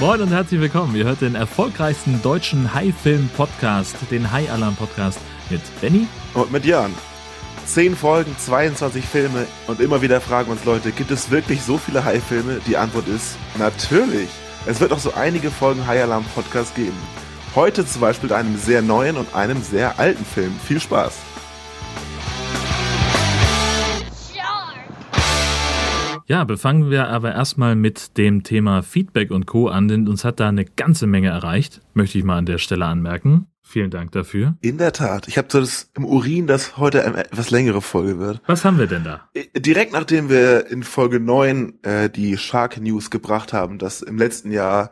Moin und herzlich willkommen. Ihr hört den erfolgreichsten deutschen Hai-Film-Podcast, den Hai-Alarm-Podcast mit Benny und mit Jan. 10 Folgen, 22 Filme und immer wieder fragen uns Leute, gibt es wirklich so viele Hai-Filme? Die Antwort ist natürlich. Es wird noch so einige Folgen Hai-Alarm-Podcast geben. Heute zum Beispiel einem sehr neuen und einem sehr alten Film. Viel Spaß! Ja, befangen wir aber erstmal mit dem Thema Feedback und Co. an, denn uns hat da eine ganze Menge erreicht, möchte ich mal an der Stelle anmerken. Vielen Dank dafür. In der Tat. Ich habe so das im Urin, dass heute eine etwas längere Folge wird. Was haben wir denn da? Direkt nachdem wir in Folge 9 die Shark News gebracht haben, dass im letzten Jahr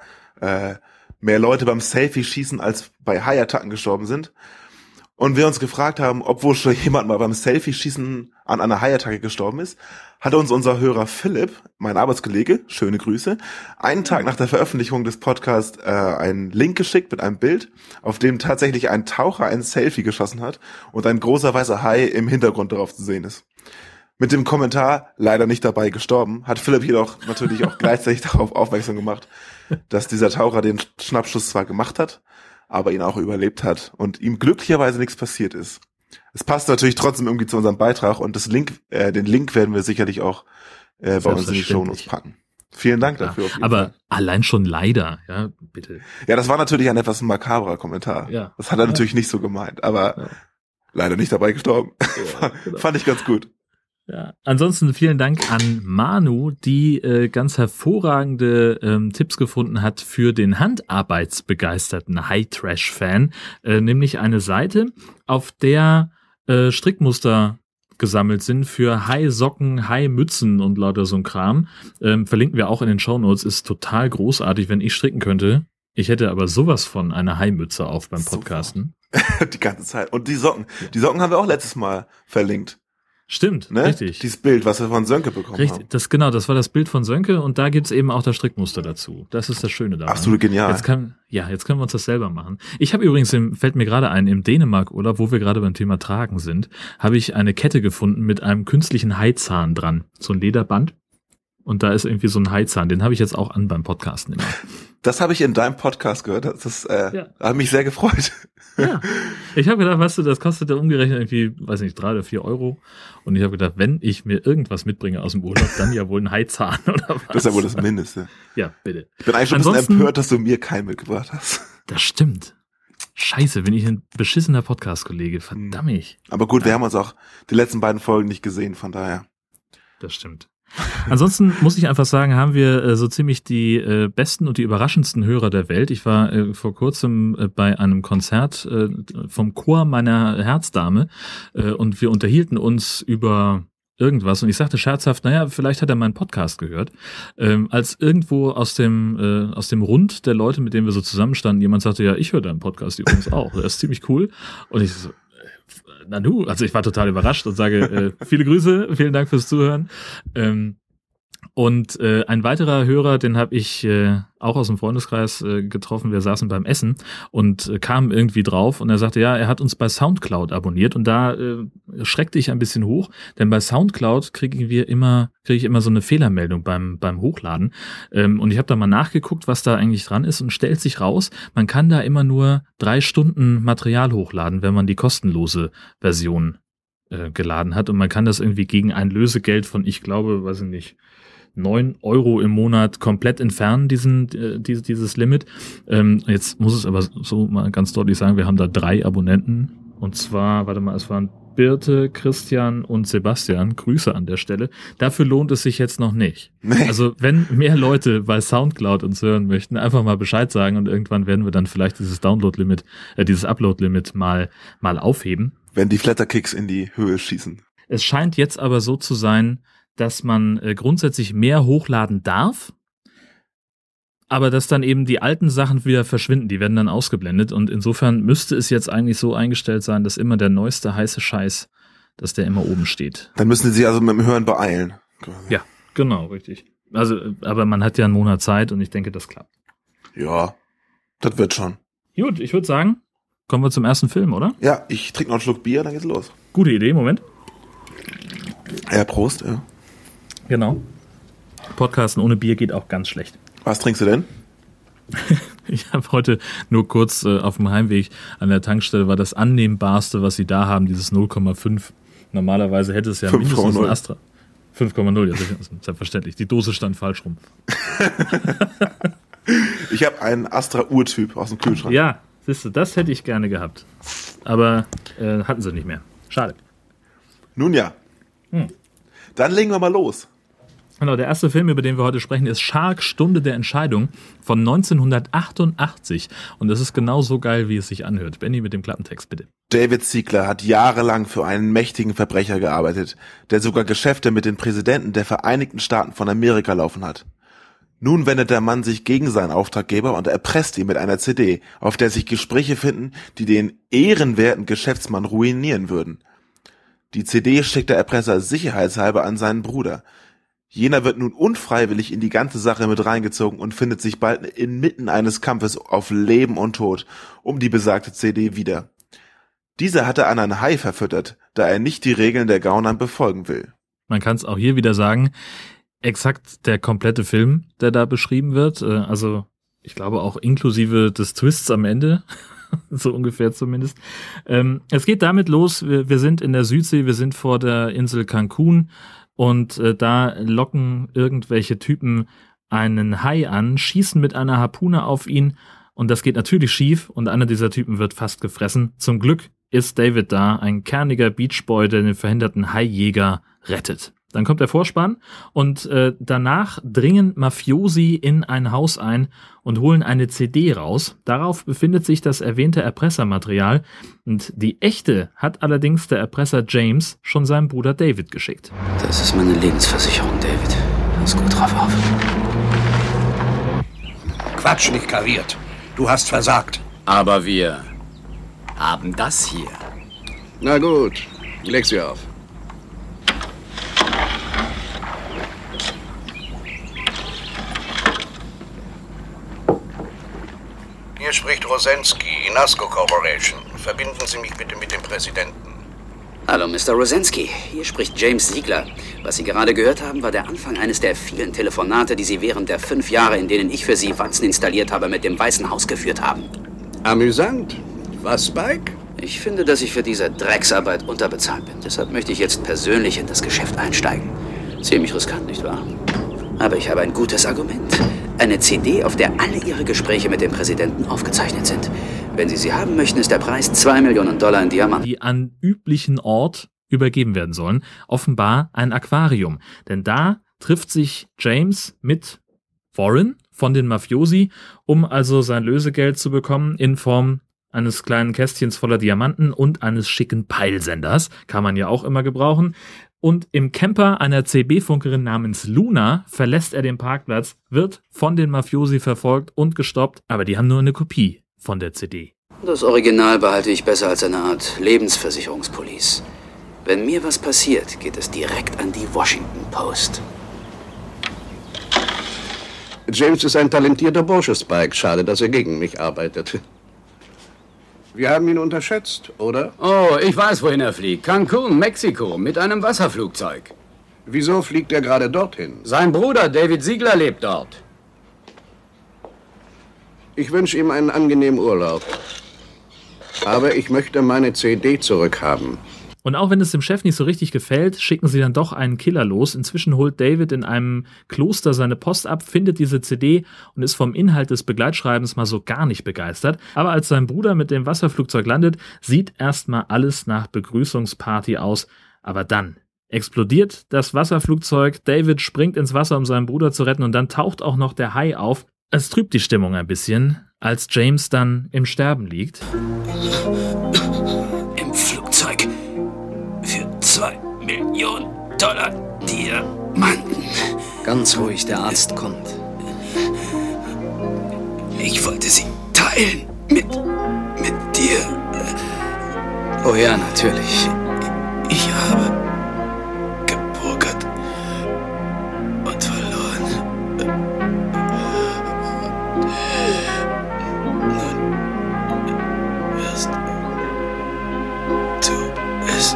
mehr Leute beim Selfie-Schießen als bei Hai-Attacken gestorben sind. Und wir uns gefragt haben, ob wohl schon jemand mal beim Selfie-Schießen an einer Hai-Attacke gestorben ist, hat uns unser Hörer Philipp, mein Arbeitskollege, schöne Grüße, einen Tag nach der Veröffentlichung des Podcasts einen Link geschickt mit einem Bild, auf dem tatsächlich ein Taucher ein Selfie geschossen hat und ein großer weißer Hai im Hintergrund darauf zu sehen ist. Mit dem Kommentar, leider nicht dabei gestorben, hat Philipp jedoch natürlich auch gleichzeitig darauf aufmerksam gemacht, dass dieser Taucher den Schnappschuss zwar gemacht hat, aber ihn auch überlebt hat und ihm glücklicherweise nichts passiert ist. Es passt natürlich trotzdem irgendwie zu unserem Beitrag und den Link werden wir sicherlich auch bei uns in die Shownotes packen. Vielen Dank dafür. Ja, aber Fall. Allein schon leider, ja, bitte. Ja, das war natürlich ein etwas makabrer Kommentar. Ja. Das hat er natürlich nicht so gemeint, aber leider nicht dabei gestorben. Ja, genau. Fand ich ganz gut. Ja. Ansonsten vielen Dank an Manu, die ganz hervorragende Tipps gefunden hat für den handarbeitsbegeisterten Hai-Trash-Fan, nämlich eine Seite, auf der Strickmuster gesammelt sind für Hai-Socken, Hai-Mützen und lauter so ein Kram. Verlinken wir auch in den Shownotes, ist total großartig, wenn ich stricken könnte. Ich hätte aber sowas von einer Hai-Mütze auf beim Podcasten. Die ganze Zeit. Und die Socken. Die Socken haben wir auch letztes Mal verlinkt. Stimmt, ne? Richtig. Dieses Bild, was wir von Sönke bekommen haben. Das war das Bild von Sönke und da gibt's eben auch das Strickmuster dazu. Das ist das Schöne daran. Absolut genial. Jetzt können wir uns das selber machen. Ich habe übrigens, fällt mir gerade ein, im Dänemark-Urlaub, wo wir gerade beim Thema Tragen sind, habe ich eine Kette gefunden mit einem künstlichen Haizahn dran. So ein Lederband. Und da ist irgendwie so ein Haizahn. Den habe ich jetzt auch an beim Podcasten immer. Das habe ich in deinem Podcast gehört. Das hat mich sehr gefreut. Ja. Ich habe gedacht, weißt du, das kostet ja umgerechnet irgendwie, weiß nicht, 3 oder 4 Euro. Und ich habe gedacht, wenn ich mir irgendwas mitbringe aus dem Urlaub, dann ja wohl ein Haizahn oder was. Das ist ja wohl das Mindeste. Ja, bitte. Ich bin eigentlich schon ein bisschen empört, dass du mir keinen mitgebracht hast. Das stimmt. Scheiße, bin ich ein beschissener Podcast-Kollege. Verdammt. Aber gut, wir haben uns auch die letzten beiden Folgen nicht gesehen, von daher. Das stimmt. Ansonsten muss ich einfach sagen, haben wir so ziemlich die besten und die überraschendsten Hörer der Welt. Ich war vor kurzem bei einem Konzert vom Chor meiner Herzdame und wir unterhielten uns über irgendwas und ich sagte scherzhaft, naja, vielleicht hat er meinen Podcast gehört. Als irgendwo aus dem Rund der Leute, mit denen wir so zusammenstanden, jemand sagte, ja, ich höre deinen Podcast übrigens auch. Das ist ziemlich cool. Und ich so, Nanu, also ich war total überrascht und sage viele Grüße, vielen Dank fürs Zuhören. Und ein weiterer Hörer, den habe ich auch aus dem Freundeskreis getroffen, wir saßen beim Essen und kamen irgendwie drauf und er sagte, ja, er hat uns bei Soundcloud abonniert und da schreckte ich ein bisschen hoch, denn bei Soundcloud kriege ich immer so eine Fehlermeldung beim Hochladen und ich habe da mal nachgeguckt, was da eigentlich dran ist und stellt sich raus, man kann da immer nur 3 Stunden Material hochladen, wenn man die kostenlose Version geladen hat und man kann das irgendwie gegen ein Lösegeld von, ich glaube, weiß ich nicht, 9 Euro im Monat komplett entfernen, dieses Limit. Jetzt muss es aber so mal ganz deutlich sagen, wir haben da 3 Abonnenten. Und zwar, es waren Birte, Christian und Sebastian. Grüße an der Stelle. Dafür lohnt es sich jetzt noch nicht. Nee. Also wenn mehr Leute bei Soundcloud uns hören möchten, einfach mal Bescheid sagen und irgendwann werden wir dann vielleicht dieses Download-Limit, dieses Upload-Limit mal aufheben. Wenn die Flatterkicks in die Höhe schießen. Es scheint jetzt aber so zu sein, dass man grundsätzlich mehr hochladen darf, aber dass dann eben die alten Sachen wieder verschwinden, die werden dann ausgeblendet und insofern müsste es jetzt eigentlich so eingestellt sein, dass immer der neueste heiße Scheiß, dass der immer oben steht. Dann müssen Sie also mit dem Hören beeilen. Ja, genau, richtig. Also, aber man hat ja einen Monat Zeit und ich denke, das klappt. Ja, das wird schon. Gut, ich würde sagen, kommen wir zum ersten Film, oder? Ja, ich trinke noch einen Schluck Bier, dann geht's los. Gute Idee, Moment. Ja, Prost, ja. Genau. Podcasten ohne Bier geht auch ganz schlecht. Was trinkst du denn? Ich habe heute nur kurz auf dem Heimweg an der Tankstelle, war das annehmbarste, was sie da haben, dieses 0,5. Normalerweise hätte es ja mindestens ein Astra. 5,0, ja, selbstverständlich. Die Dose stand falsch rum. Ich habe einen Astra-Urtyp aus dem Kühlschrank. Ja, siehst du, das hätte ich gerne gehabt. Aber hatten sie nicht mehr. Schade. Nun ja. Dann legen wir mal los. Genau, der erste Film, über den wir heute sprechen, ist Shark, Stunde der Entscheidung von 1988. Und das ist genauso geil, wie es sich anhört. Benni, mit dem Klappentext, bitte. David Ziegler hat jahrelang für einen mächtigen Verbrecher gearbeitet, der sogar Geschäfte mit den Präsidenten der Vereinigten Staaten von Amerika laufen hat. Nun wendet der Mann sich gegen seinen Auftraggeber und erpresst ihn mit einer CD, auf der sich Gespräche finden, die den ehrenwerten Geschäftsmann ruinieren würden. Die CD schickt der Erpresser sicherheitshalber an seinen Bruder. Jener wird nun unfreiwillig in die ganze Sache mit reingezogen und findet sich bald inmitten eines Kampfes auf Leben und Tod um die besagte CD wieder. Diese hat er an einen Hai verfüttert, da er nicht die Regeln der Gaunern befolgen will. Man kann es auch hier wieder sagen, exakt der komplette Film, der da beschrieben wird, also ich glaube auch inklusive des Twists am Ende, so ungefähr zumindest. Es geht damit los, wir sind in der Südsee, wir sind vor der Insel Cancun und da locken irgendwelche Typen einen Hai an, schießen mit einer Harpune auf ihn und das geht natürlich schief und einer dieser Typen wird fast gefressen. Zum Glück ist David da, ein kerniger Beachboy, der den verhinderten Haijäger rettet. Dann kommt der Vorspann und danach dringen Mafiosi in ein Haus ein und holen eine CD raus. Darauf befindet sich das erwähnte Erpressermaterial und die echte hat allerdings der Erpresser James schon seinem Bruder David geschickt. Das ist meine Lebensversicherung, David. Pass gut drauf auf. Quatsch, nicht kariert. Du hast versagt. Aber wir haben das hier. Na gut, leg sie auf. Hier spricht Rosensky, Inasco Corporation. Verbinden Sie mich bitte mit dem Präsidenten. Hallo, Mr. Rosensky. Hier spricht James Ziegler. Was Sie gerade gehört haben, war der Anfang eines der vielen Telefonate, die Sie während der 5 Jahre, in denen ich für Sie Watson installiert habe, mit dem Weißen Haus geführt haben. Amüsant. Was, Spike? Ich finde, dass ich für diese Drecksarbeit unterbezahlt bin. Deshalb möchte ich jetzt persönlich in das Geschäft einsteigen. Ziemlich riskant, nicht wahr? Aber ich habe ein gutes Argument. Eine CD, auf der alle Ihre Gespräche mit dem Präsidenten aufgezeichnet sind. Wenn Sie sie haben möchten, ist der Preis $2 Millionen in Diamanten. Die an üblichen Ort übergeben werden sollen. Offenbar ein Aquarium. Denn da trifft sich James mit Warren von den Mafiosi, um also sein Lösegeld zu bekommen in Form eines kleinen Kästchens voller Diamanten und eines schicken Peilsenders. Kann man ja auch immer gebrauchen. Und im Camper einer CB-Funkerin namens Luna verlässt er den Parkplatz, wird von den Mafiosi verfolgt und gestoppt, aber die haben nur eine Kopie von der CD. Das Original behalte ich besser als eine Art Lebensversicherungspolice. Wenn mir was passiert, geht es direkt an die Washington Post. James ist ein talentierter Bursche, Spike. Schade, dass er gegen mich arbeitet. Wir haben ihn unterschätzt, oder? Oh, ich weiß, wohin er fliegt. Cancun, Mexiko, mit einem Wasserflugzeug. Wieso fliegt er gerade dorthin? Sein Bruder David Ziegler lebt dort. Ich wünsche ihm einen angenehmen Urlaub. Aber ich möchte meine CD zurückhaben. Und auch wenn es dem Chef nicht so richtig gefällt, schicken sie dann doch einen Killer los. Inzwischen holt David in einem Kloster seine Post ab, findet diese CD und ist vom Inhalt des Begleitschreibens mal so gar nicht begeistert. Aber als sein Bruder mit dem Wasserflugzeug landet, sieht erstmal alles nach Begrüßungsparty aus. Aber dann explodiert das Wasserflugzeug, David springt ins Wasser, um seinen Bruder zu retten und dann taucht auch noch der Hai auf. Es trübt die Stimmung ein bisschen, als James dann im Sterben liegt. Im Flugzeug. Für $2 Millionen Diamanten. Ganz ruhig, der Arzt kommt. Ich wollte sie teilen mit dir. Oh ja, natürlich. Ich habe gepokert und verloren. Nun wirst du es.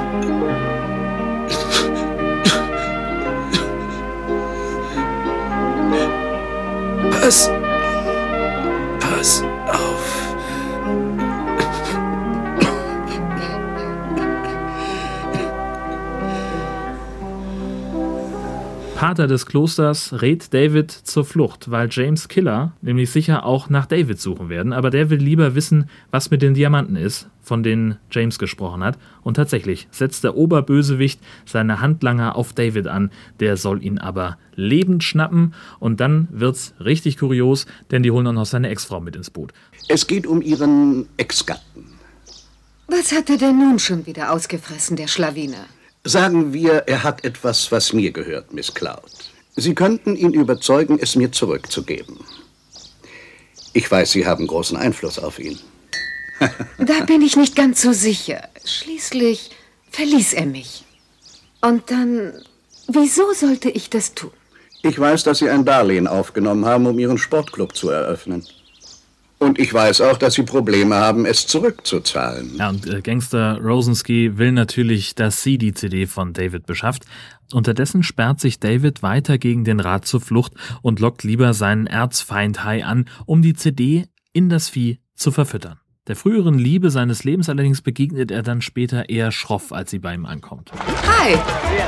Pater des Klosters rät David zur Flucht, weil James' Killer nämlich sicher auch nach David suchen werden. Aber der will lieber wissen, was mit den Diamanten ist, von denen James gesprochen hat. Und tatsächlich setzt der Oberbösewicht seine Handlanger auf David an. Der soll ihn aber lebend schnappen. Und dann wird's richtig kurios, denn die holen auch noch seine Ex-Frau mit ins Boot. Es geht um Ihren Ex-Gatten. Was hat er denn nun schon wieder ausgefressen, der Schlawiner? Sagen wir, er hat etwas, was mir gehört, Miss Cloud. Sie könnten ihn überzeugen, es mir zurückzugeben. Ich weiß, Sie haben großen Einfluss auf ihn. Da bin ich nicht ganz so sicher. Schließlich verließ er mich. Und dann, wieso sollte ich das tun? Ich weiß, dass Sie ein Darlehen aufgenommen haben, um Ihren Sportclub zu eröffnen. Und ich weiß auch, dass Sie Probleme haben, es zurückzuzahlen. Ja, und Gangster Rosenski will natürlich, dass sie die CD von David beschafft. Unterdessen sperrt sich David weiter gegen den Rat zur Flucht und lockt lieber seinen Erzfeind Hai an, um die CD in das Vieh zu verfüttern. Der früheren Liebe seines Lebens allerdings begegnet er dann später eher schroff, als sie bei ihm ankommt. Hi!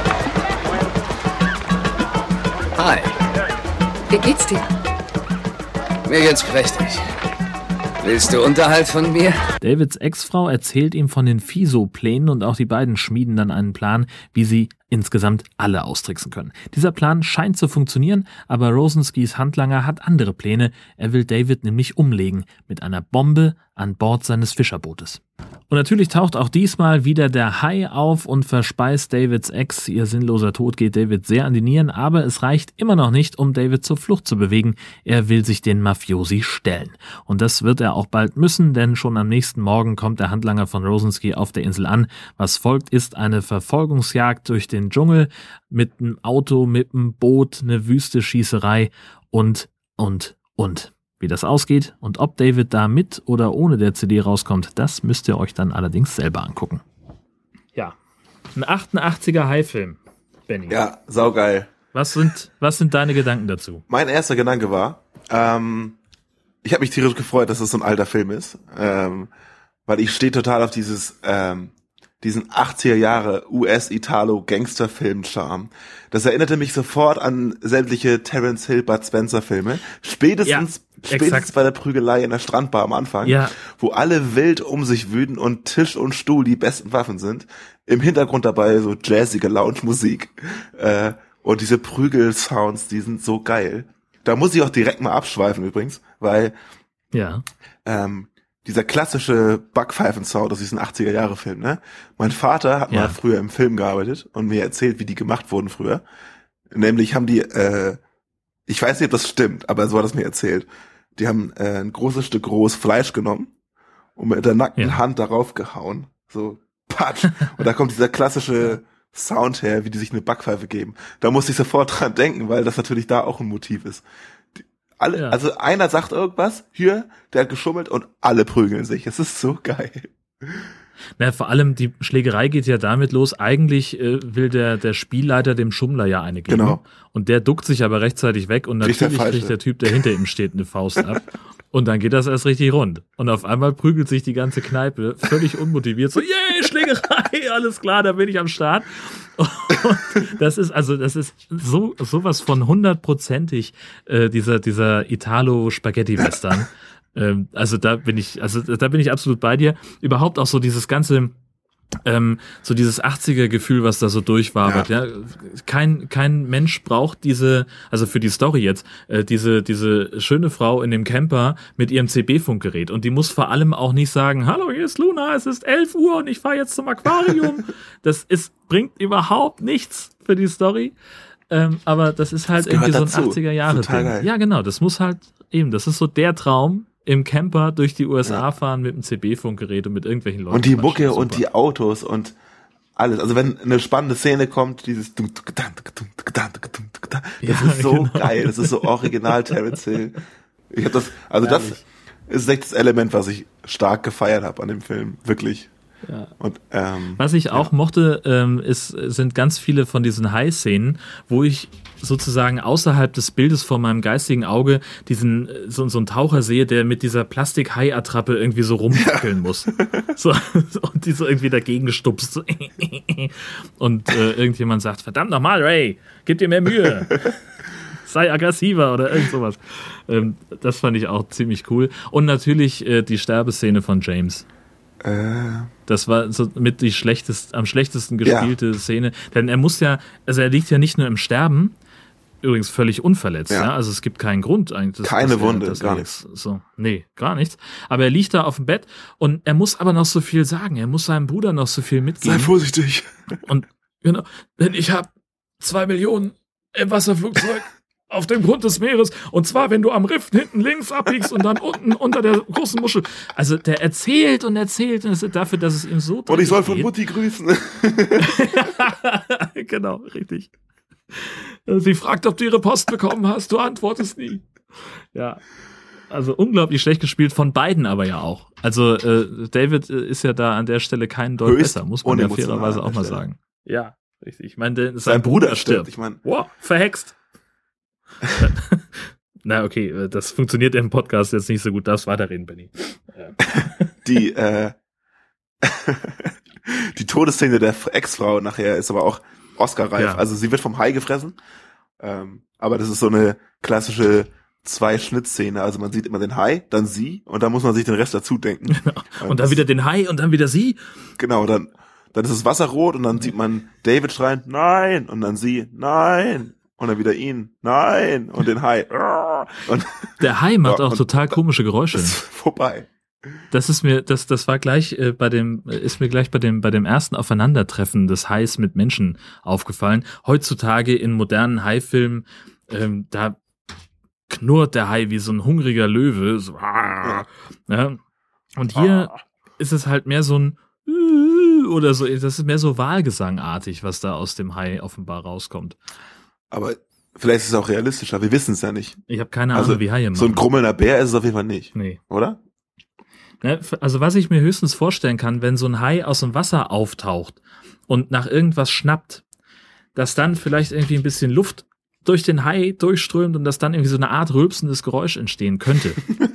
Hi, Wie geht's dir? mir geht's prächtig. Willst du Unterhalt von mir? Davids Ex-Frau erzählt ihm von den FISO-Plänen und auch die beiden schmieden dann einen Plan, wie sie insgesamt alle austricksen können. Dieser Plan scheint zu funktionieren, aber Rosenskis Handlanger hat andere Pläne. Er will David nämlich umlegen mit einer Bombe an Bord seines Fischerbootes. Und natürlich taucht auch diesmal wieder der Hai auf und verspeist Davids Ex. Ihr sinnloser Tod geht David sehr an die Nieren, aber es reicht immer noch nicht, um David zur Flucht zu bewegen. Er will sich den Mafiosi stellen. Und das wird er auch bald müssen, denn schon am nächsten Morgen kommt der Handlanger von Rosenski auf der Insel an. Was folgt, ist eine Verfolgungsjagd durch den Dschungel mit einem Auto, mit einem Boot, eine wüste Schießerei und. Wie das ausgeht und ob David da mit oder ohne der CD rauskommt, das müsst ihr euch dann allerdings selber angucken. Ja, ein 88er Hai-Film, Benny. Ja, saugeil. Was sind deine Gedanken dazu? Mein erster Gedanke war, ich habe mich tierisch gefreut, dass es so ein alter Film ist, weil ich stehe total auf diesen 80er Jahre US-Italo-Gangster-Film-Charme. Das erinnerte mich sofort an sämtliche Terence Hill, Bud Spencer-Filme. Spätestens bei der Prügelei in der Strandbar am Anfang, wo alle wild um sich wüten und Tisch und Stuhl die besten Waffen sind. Im Hintergrund dabei so jazzige Lounge-Musik. Und diese Prügel-Sounds, die sind so geil. Da muss ich auch direkt mal abschweifen übrigens, weil dieser klassische Backpfeifen-Sound aus diesen 80er-Jahre-Film, ne? Mein Vater hat mal früher im Film gearbeitet und mir erzählt, wie die gemacht wurden früher. Nämlich haben die, ich weiß nicht, ob das stimmt, aber so hat es mir erzählt. Die haben ein großes Stück rohes Fleisch genommen und mit der nackten Hand darauf gehauen. So, patsch. Und da kommt dieser klassische Sound her, wie die sich eine Backpfeife geben. Da musste ich sofort dran denken, weil das natürlich da auch ein Motiv ist. Also einer sagt irgendwas, hier, der hat geschummelt und alle prügeln sich. Es ist so geil. Na, vor allem die Schlägerei geht ja damit los. Eigentlich will der Spielleiter dem Schummler ja eine geben. Genau. Und der duckt sich aber rechtzeitig weg und natürlich kriegt der Typ, der hinter ihm steht, eine Faust ab. Und dann geht das erst richtig rund. Und auf einmal prügelt sich die ganze Kneipe völlig unmotiviert. So, yay, Schlägerei, alles klar, da bin ich am Start. Und das ist sowas von 100%ig dieser Italo-Spaghetti-Western. Da bin ich absolut bei dir. Überhaupt auch so dieses ganze, so dieses 80er-Gefühl, was da so durchwabert. Ja. Kein Mensch braucht also für die Story jetzt, diese schöne Frau in dem Camper mit ihrem CB-Funkgerät. Und die muss vor allem auch nicht sagen, hallo, hier ist Luna, es ist 11 Uhr und ich fahre jetzt zum Aquarium. Bringt überhaupt nichts für die Story. Aber das ist halt irgendwie so ein 80er-Jahre-Ding. Ja, genau, das muss halt eben, das ist so der Traum, im Camper durch die USA fahren mit einem CB-Funkgerät und mit irgendwelchen Leuten. Und die Mucke und die Autos und alles. Also wenn eine spannende Szene kommt, dieses das ist so geil. Das ist so original Terence Hill. Das ist echt das Element, was ich stark gefeiert habe an dem Film. Wirklich. Ja. Und, was ich auch mochte, sind ganz viele von diesen Hai-Szenen, wo ich sozusagen außerhalb des Bildes vor meinem geistigen Auge so einen Taucher sehe, der mit dieser Plastik-Hai-Attrappe irgendwie so rumwackeln muss. So, und die so irgendwie dagegen gestupst. So. Und irgendjemand sagt, verdammt nochmal, Ray, gib dir mehr Mühe. Sei aggressiver oder irgend sowas. Das fand ich auch ziemlich cool. Und natürlich die Sterbeszene von James. Das war so mit die am schlechtesten gespielte Szene. Denn er liegt ja nicht nur im Sterben, übrigens völlig unverletzt. Ja. Also es gibt keinen Grund eigentlich. Keine Wunde, gar nichts. So, nee, gar nichts. Aber er liegt da auf dem Bett und er muss aber noch so viel sagen. Er muss seinem Bruder noch so viel mitgeben. Sei vorsichtig. Und genau, denn ich habe 2 Millionen im Wasserflugzeug auf dem Grund des Meeres. Und zwar, wenn du am Riff hinten links abbiegst und dann unten unter der großen Muschel. Also der erzählt und erzählt und es ist dafür, dass es ihm so und ich soll von Mutti grüßen. Genau, richtig. Sie fragt, ob du ihre Post bekommen hast. Du antwortest nie. Ja. Also unglaublich schlecht gespielt, von beiden aber ja auch. Also David ist ja da an der Stelle keinen Deut besser, muss man ja fairerweise auch mal sagen. Ja, richtig. Ich meine, sein Bruder stirbt. Ich meine, wow, verhext. Na, okay, das funktioniert im Podcast jetzt nicht so gut. Darfst weiterreden, Benny. Die Todesszene der Ex-Frau nachher ist aber auch Oscar-reif. Ja. Also sie wird vom Hai gefressen. Aber das ist so eine klassische 2-Schnitt-Szene. Also man sieht immer den Hai, dann sie und dann muss man sich den Rest dazu denken. Genau. Und dann wieder den Hai und dann wieder sie. Genau, dann ist das Wasser rot und dann sieht man David schreien, nein, und dann sie, nein. Und dann wieder ihn, nein, und den Hai. Und der Hai macht auch total komische Geräusche. Ist vorbei. Das war gleich ist mir gleich bei dem ersten Aufeinandertreffen des Hais mit Menschen aufgefallen. Heutzutage in modernen Hai-Filmen, da knurrt der Hai wie so ein hungriger Löwe. So, ja. Und hier ist es halt mehr so ein oder so, das ist mehr so Wahlgesangartig, was da aus dem Hai offenbar rauskommt. Aber vielleicht ist es auch realistischer, wir wissen es ja nicht. Ich habe keine Ahnung, wie Haie machen. So ein grummelnder Bär ist es auf jeden Fall nicht. Nee. Oder? Also was ich mir höchstens vorstellen kann, wenn so ein Hai aus dem Wasser auftaucht und nach irgendwas schnappt, dass dann vielleicht irgendwie ein bisschen Luft durch den Hai durchströmt und dass dann irgendwie so eine Art rülpsendes Geräusch entstehen könnte.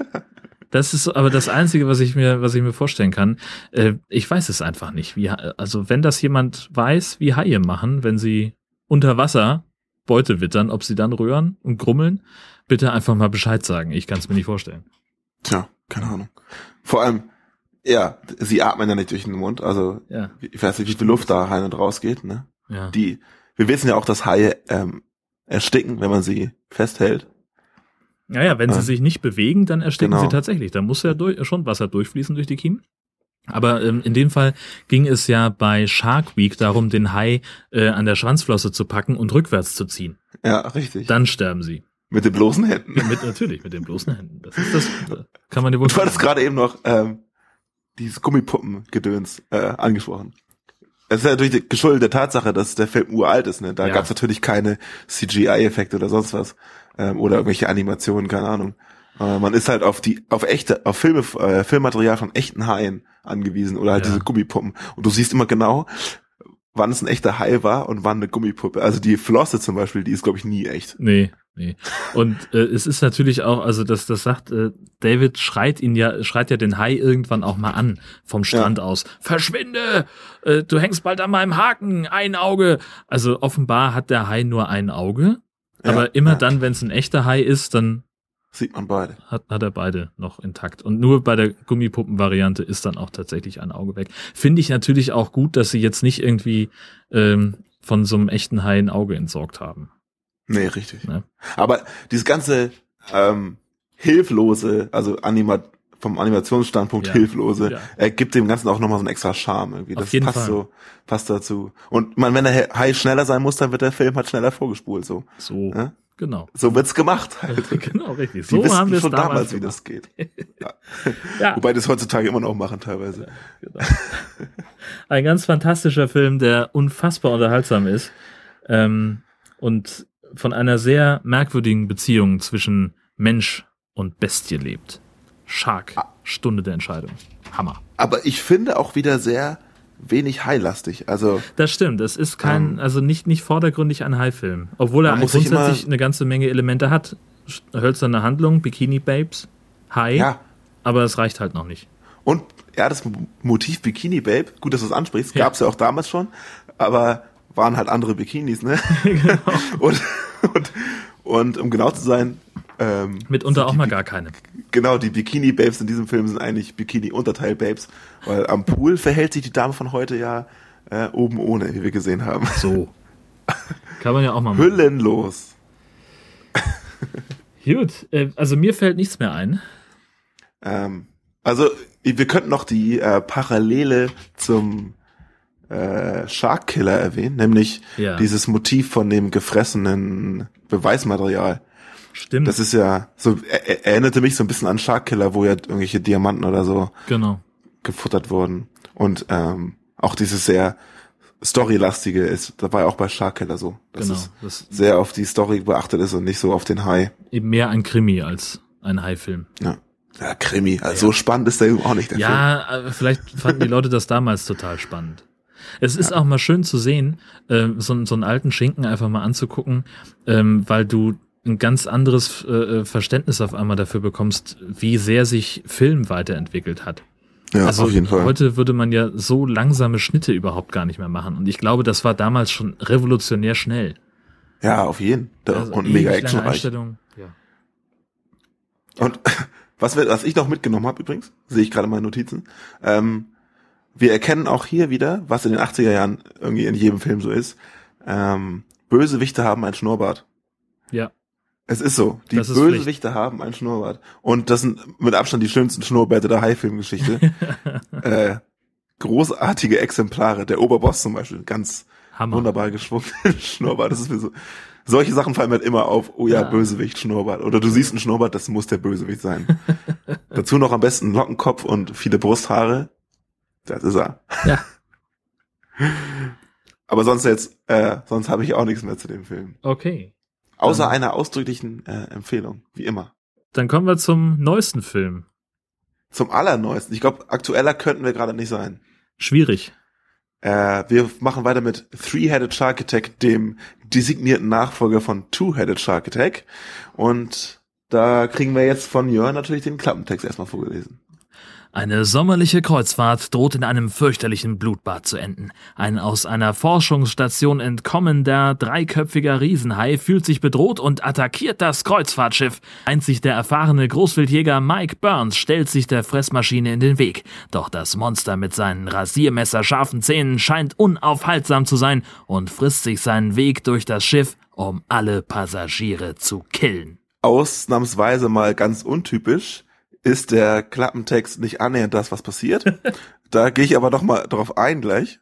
Das ist aber das Einzige, was ich mir vorstellen kann. Ich weiß es einfach nicht. Also wenn das jemand weiß, wie Haie machen, wenn sie unter Wasser Beute wittern, ob sie dann rühren und grummeln, bitte einfach mal Bescheid sagen. Ich kann es mir nicht vorstellen. Tja, keine Ahnung. Vor allem, ja, sie atmen ja nicht durch den Mund, also ja. Ich weiß nicht, wie viel Luft da rein und raus geht, ne? Ja. Wir wissen ja auch, dass Haie ersticken, wenn man sie festhält. Ja, wenn sie sich nicht bewegen, dann ersticken sie tatsächlich. Da muss ja schon Wasser durchfließen durch die Kiemen. Aber in dem Fall ging es ja bei Shark Week darum, den Hai an der Schwanzflosse zu packen und rückwärts zu ziehen. Ja, richtig. Dann sterben sie. Mit den bloßen Händen. Natürlich, mit den bloßen Händen. Das kann man dir wohl. Du hattest gerade eben noch dieses Gummipuppen-Gedöns angesprochen. Es ist ja natürlich geschuldet der Tatsache, dass der Film uralt ist. Ne? Da gab es natürlich keine CGI-Effekte oder sonst was. Oder irgendwelche Animationen, keine Ahnung. Man ist halt auf Filmmaterial von echten Haien angewiesen oder halt diese Gummipuppen. Und du siehst immer genau, wann es ein echter Hai war und wann eine Gummipuppe. Also die Flosse zum Beispiel, die ist, glaube ich, nie echt. Nee. Und es ist natürlich auch, also das sagt, David schreit ja den Hai irgendwann auch mal an vom Strand aus. Verschwinde! Du hängst bald an meinem Haken, ein Auge. Also offenbar hat der Hai nur ein Auge, aber immer dann, wenn es ein echter Hai ist, dann sieht man beide. Hat er beide noch intakt. Und nur bei der Gummipuppen-Variante ist dann auch tatsächlich ein Auge weg. Finde ich natürlich auch gut, dass sie jetzt nicht irgendwie von so einem echten Hai ein Auge entsorgt haben. Nee, richtig. Ja. Aber dieses ganze hilflose, also vom Animationsstandpunkt hilflose, gibt dem Ganzen auch nochmal so einen extra Charme irgendwie. Das passt dazu. Und wenn der Hai schneller sein muss, dann wird der Film halt schneller vorgespult. So. Ja? Genau. So wird's gemacht halt. Genau, richtig. So haben wir es damals wie das geht. Ja. Wobei das heutzutage immer noch machen teilweise. Ja, genau. Ein ganz fantastischer Film, der unfassbar unterhaltsam ist und von einer sehr merkwürdigen Beziehung zwischen Mensch und Bestie lebt. Shark, Stunde der Entscheidung. Hammer. Aber ich finde auch wieder sehr wenig high-lastig. Also das stimmt, es ist also nicht vordergründig ein High-Film. Obwohl er grundsätzlich eine ganze Menge Elemente hat. Hölzerne Handlung, Bikini-Babes, High, ja. Aber es reicht halt noch nicht. Und ja, das Motiv Bikini-Babe, gut, dass du es ansprichst, gab es ja auch damals schon, aber waren halt andere Bikinis, ne? Genau. Und um genau zu sein, mitunter auch mal gar keine. Genau, die Bikini-Babes in diesem Film sind eigentlich Bikini-Unterteil-Babes, weil am Pool verhält sich die Dame von heute ja oben ohne, wie wir gesehen haben. So. Kann man ja auch mal machen. Hüllenlos. Gut, also mir fällt nichts mehr ein. Also wir könnten noch die Parallele zum Shark Killer erwähnen, nämlich dieses Motiv von dem gefressenen Beweismaterial. Stimmt. Das ist ja so, erinnerte mich so ein bisschen an Shark Killer, wo ja irgendwelche Diamanten oder so gefuttert wurden. Und auch dieses sehr Storylastige ist dabei auch bei Shark Killer so. Dass es sehr auf die Story beachtet ist und nicht so auf den High. Eben mehr ein Krimi als ein High-Film. Ja, Krimi. Also so spannend ist der Film auch nicht, der Film. Ja, vielleicht fanden die Leute das damals total spannend. Es ist auch mal schön zu sehen, so einen alten Schinken einfach mal anzugucken, weil du ein ganz anderes Verständnis auf einmal dafür bekommst, wie sehr sich Film weiterentwickelt hat. Ja, also auf jeden Fall. Heute würde man ja so langsame Schnitte überhaupt gar nicht mehr machen. Und ich glaube, das war damals schon revolutionär schnell. Ja, auf jeden. Und mega actionreich. Ja. Und was ich noch mitgenommen habe übrigens, sehe ich gerade in meinen Notizen, wir erkennen auch hier wieder, was in den 80er Jahren irgendwie in jedem Film so ist, Bösewichte haben ein Schnurrbart. Ja. Es ist so. Die Bösewichte haben ein Schnurrbart. Und das sind mit Abstand die schönsten Schnurrbärte der High-Film-Geschichte. Großartige Exemplare. Der Oberboss zum Beispiel. Ganz wunderbar geschwungenen Schnurrbart. Das ist mir so. Solche Sachen fallen mir halt immer auf. Oh ja, Bösewicht, Schnurrbart. Oder du siehst einen Schnurrbart, das muss der Bösewicht sein. Dazu noch am besten einen Lockenkopf und viele Brusthaare. Das ist er. Ja. Aber sonst habe ich auch nichts mehr zu dem Film. Okay. Außer einer ausdrücklichen Empfehlung, wie immer. Dann kommen wir zum neuesten Film. Zum allerneuesten. Ich glaube, aktueller könnten wir gerade nicht sein. Schwierig. Wir machen weiter mit Three-Headed Shark Attack, dem designierten Nachfolger von Two-Headed Shark Attack. Und da kriegen wir jetzt von Jörn natürlich den Klappentext erstmal vorgelesen. Eine sommerliche Kreuzfahrt droht in einem fürchterlichen Blutbad zu enden. Ein aus einer Forschungsstation entkommender, dreiköpfiger Riesenhai fühlt sich bedroht und attackiert das Kreuzfahrtschiff. Einzig der erfahrene Großwildjäger Mike Burns stellt sich der Fressmaschine in den Weg. Doch das Monster mit seinen rasiermesserscharfen Zähnen scheint unaufhaltsam zu sein und frisst sich seinen Weg durch das Schiff, um alle Passagiere zu killen. Ausnahmsweise mal ganz untypisch ist der Klappentext nicht annähernd das, was passiert. Da gehe ich aber noch mal drauf ein gleich.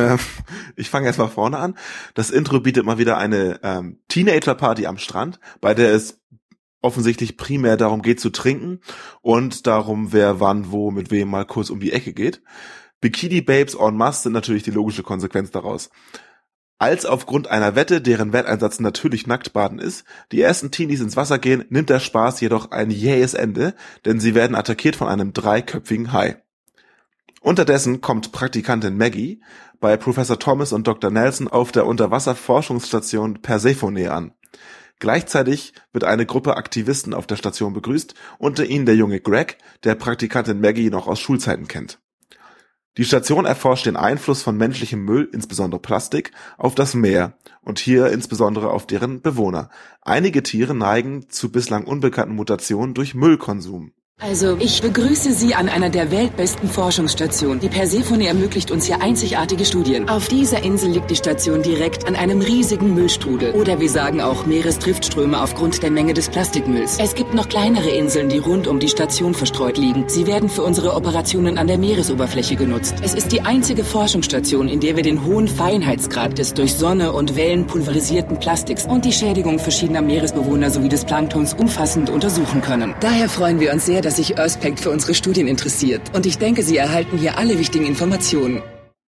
Ich fange erst mal vorne an. Das Intro bietet mal wieder eine Teenager-Party am Strand, bei der es offensichtlich primär darum geht zu trinken und darum, wer wann, wo, mit wem mal kurz um die Ecke geht. Bikini-Babes en masse sind natürlich die logische Konsequenz daraus. Als aufgrund einer Wette, deren Wetteinsatz natürlich Nacktbaden ist, die ersten Teenies ins Wasser gehen, nimmt der Spaß jedoch ein jähes Ende, denn sie werden attackiert von einem dreiköpfigen Hai. Unterdessen kommt Praktikantin Maggie bei Professor Thomas und Dr. Nelson auf der Unterwasserforschungsstation Persephone an. Gleichzeitig wird eine Gruppe Aktivisten auf der Station begrüßt, unter ihnen der junge Greg, der Praktikantin Maggie noch aus Schulzeiten kennt. Die Station erforscht den Einfluss von menschlichem Müll, insbesondere Plastik, auf das Meer und hier insbesondere auf deren Bewohner. Einige Tiere neigen zu bislang unbekannten Mutationen durch Müllkonsum. Also, ich begrüße Sie an einer der weltbesten Forschungsstationen. Die Persephone ermöglicht uns hier einzigartige Studien. Auf dieser Insel liegt die Station direkt an einem riesigen Müllstrudel. Oder wir sagen auch Meeresdriftströme aufgrund der Menge des Plastikmülls. Es gibt noch kleinere Inseln, die rund um die Station verstreut liegen. Sie werden für unsere Operationen an der Meeresoberfläche genutzt. Es ist die einzige Forschungsstation, in der wir den hohen Feinheitsgrad des durch Sonne und Wellen pulverisierten Plastiks und die Schädigung verschiedener Meeresbewohner sowie des Planktons umfassend untersuchen können. Daher freuen wir uns sehr, dass sich Earthpact für unsere Studien interessiert. Und ich denke, Sie erhalten hier alle wichtigen Informationen.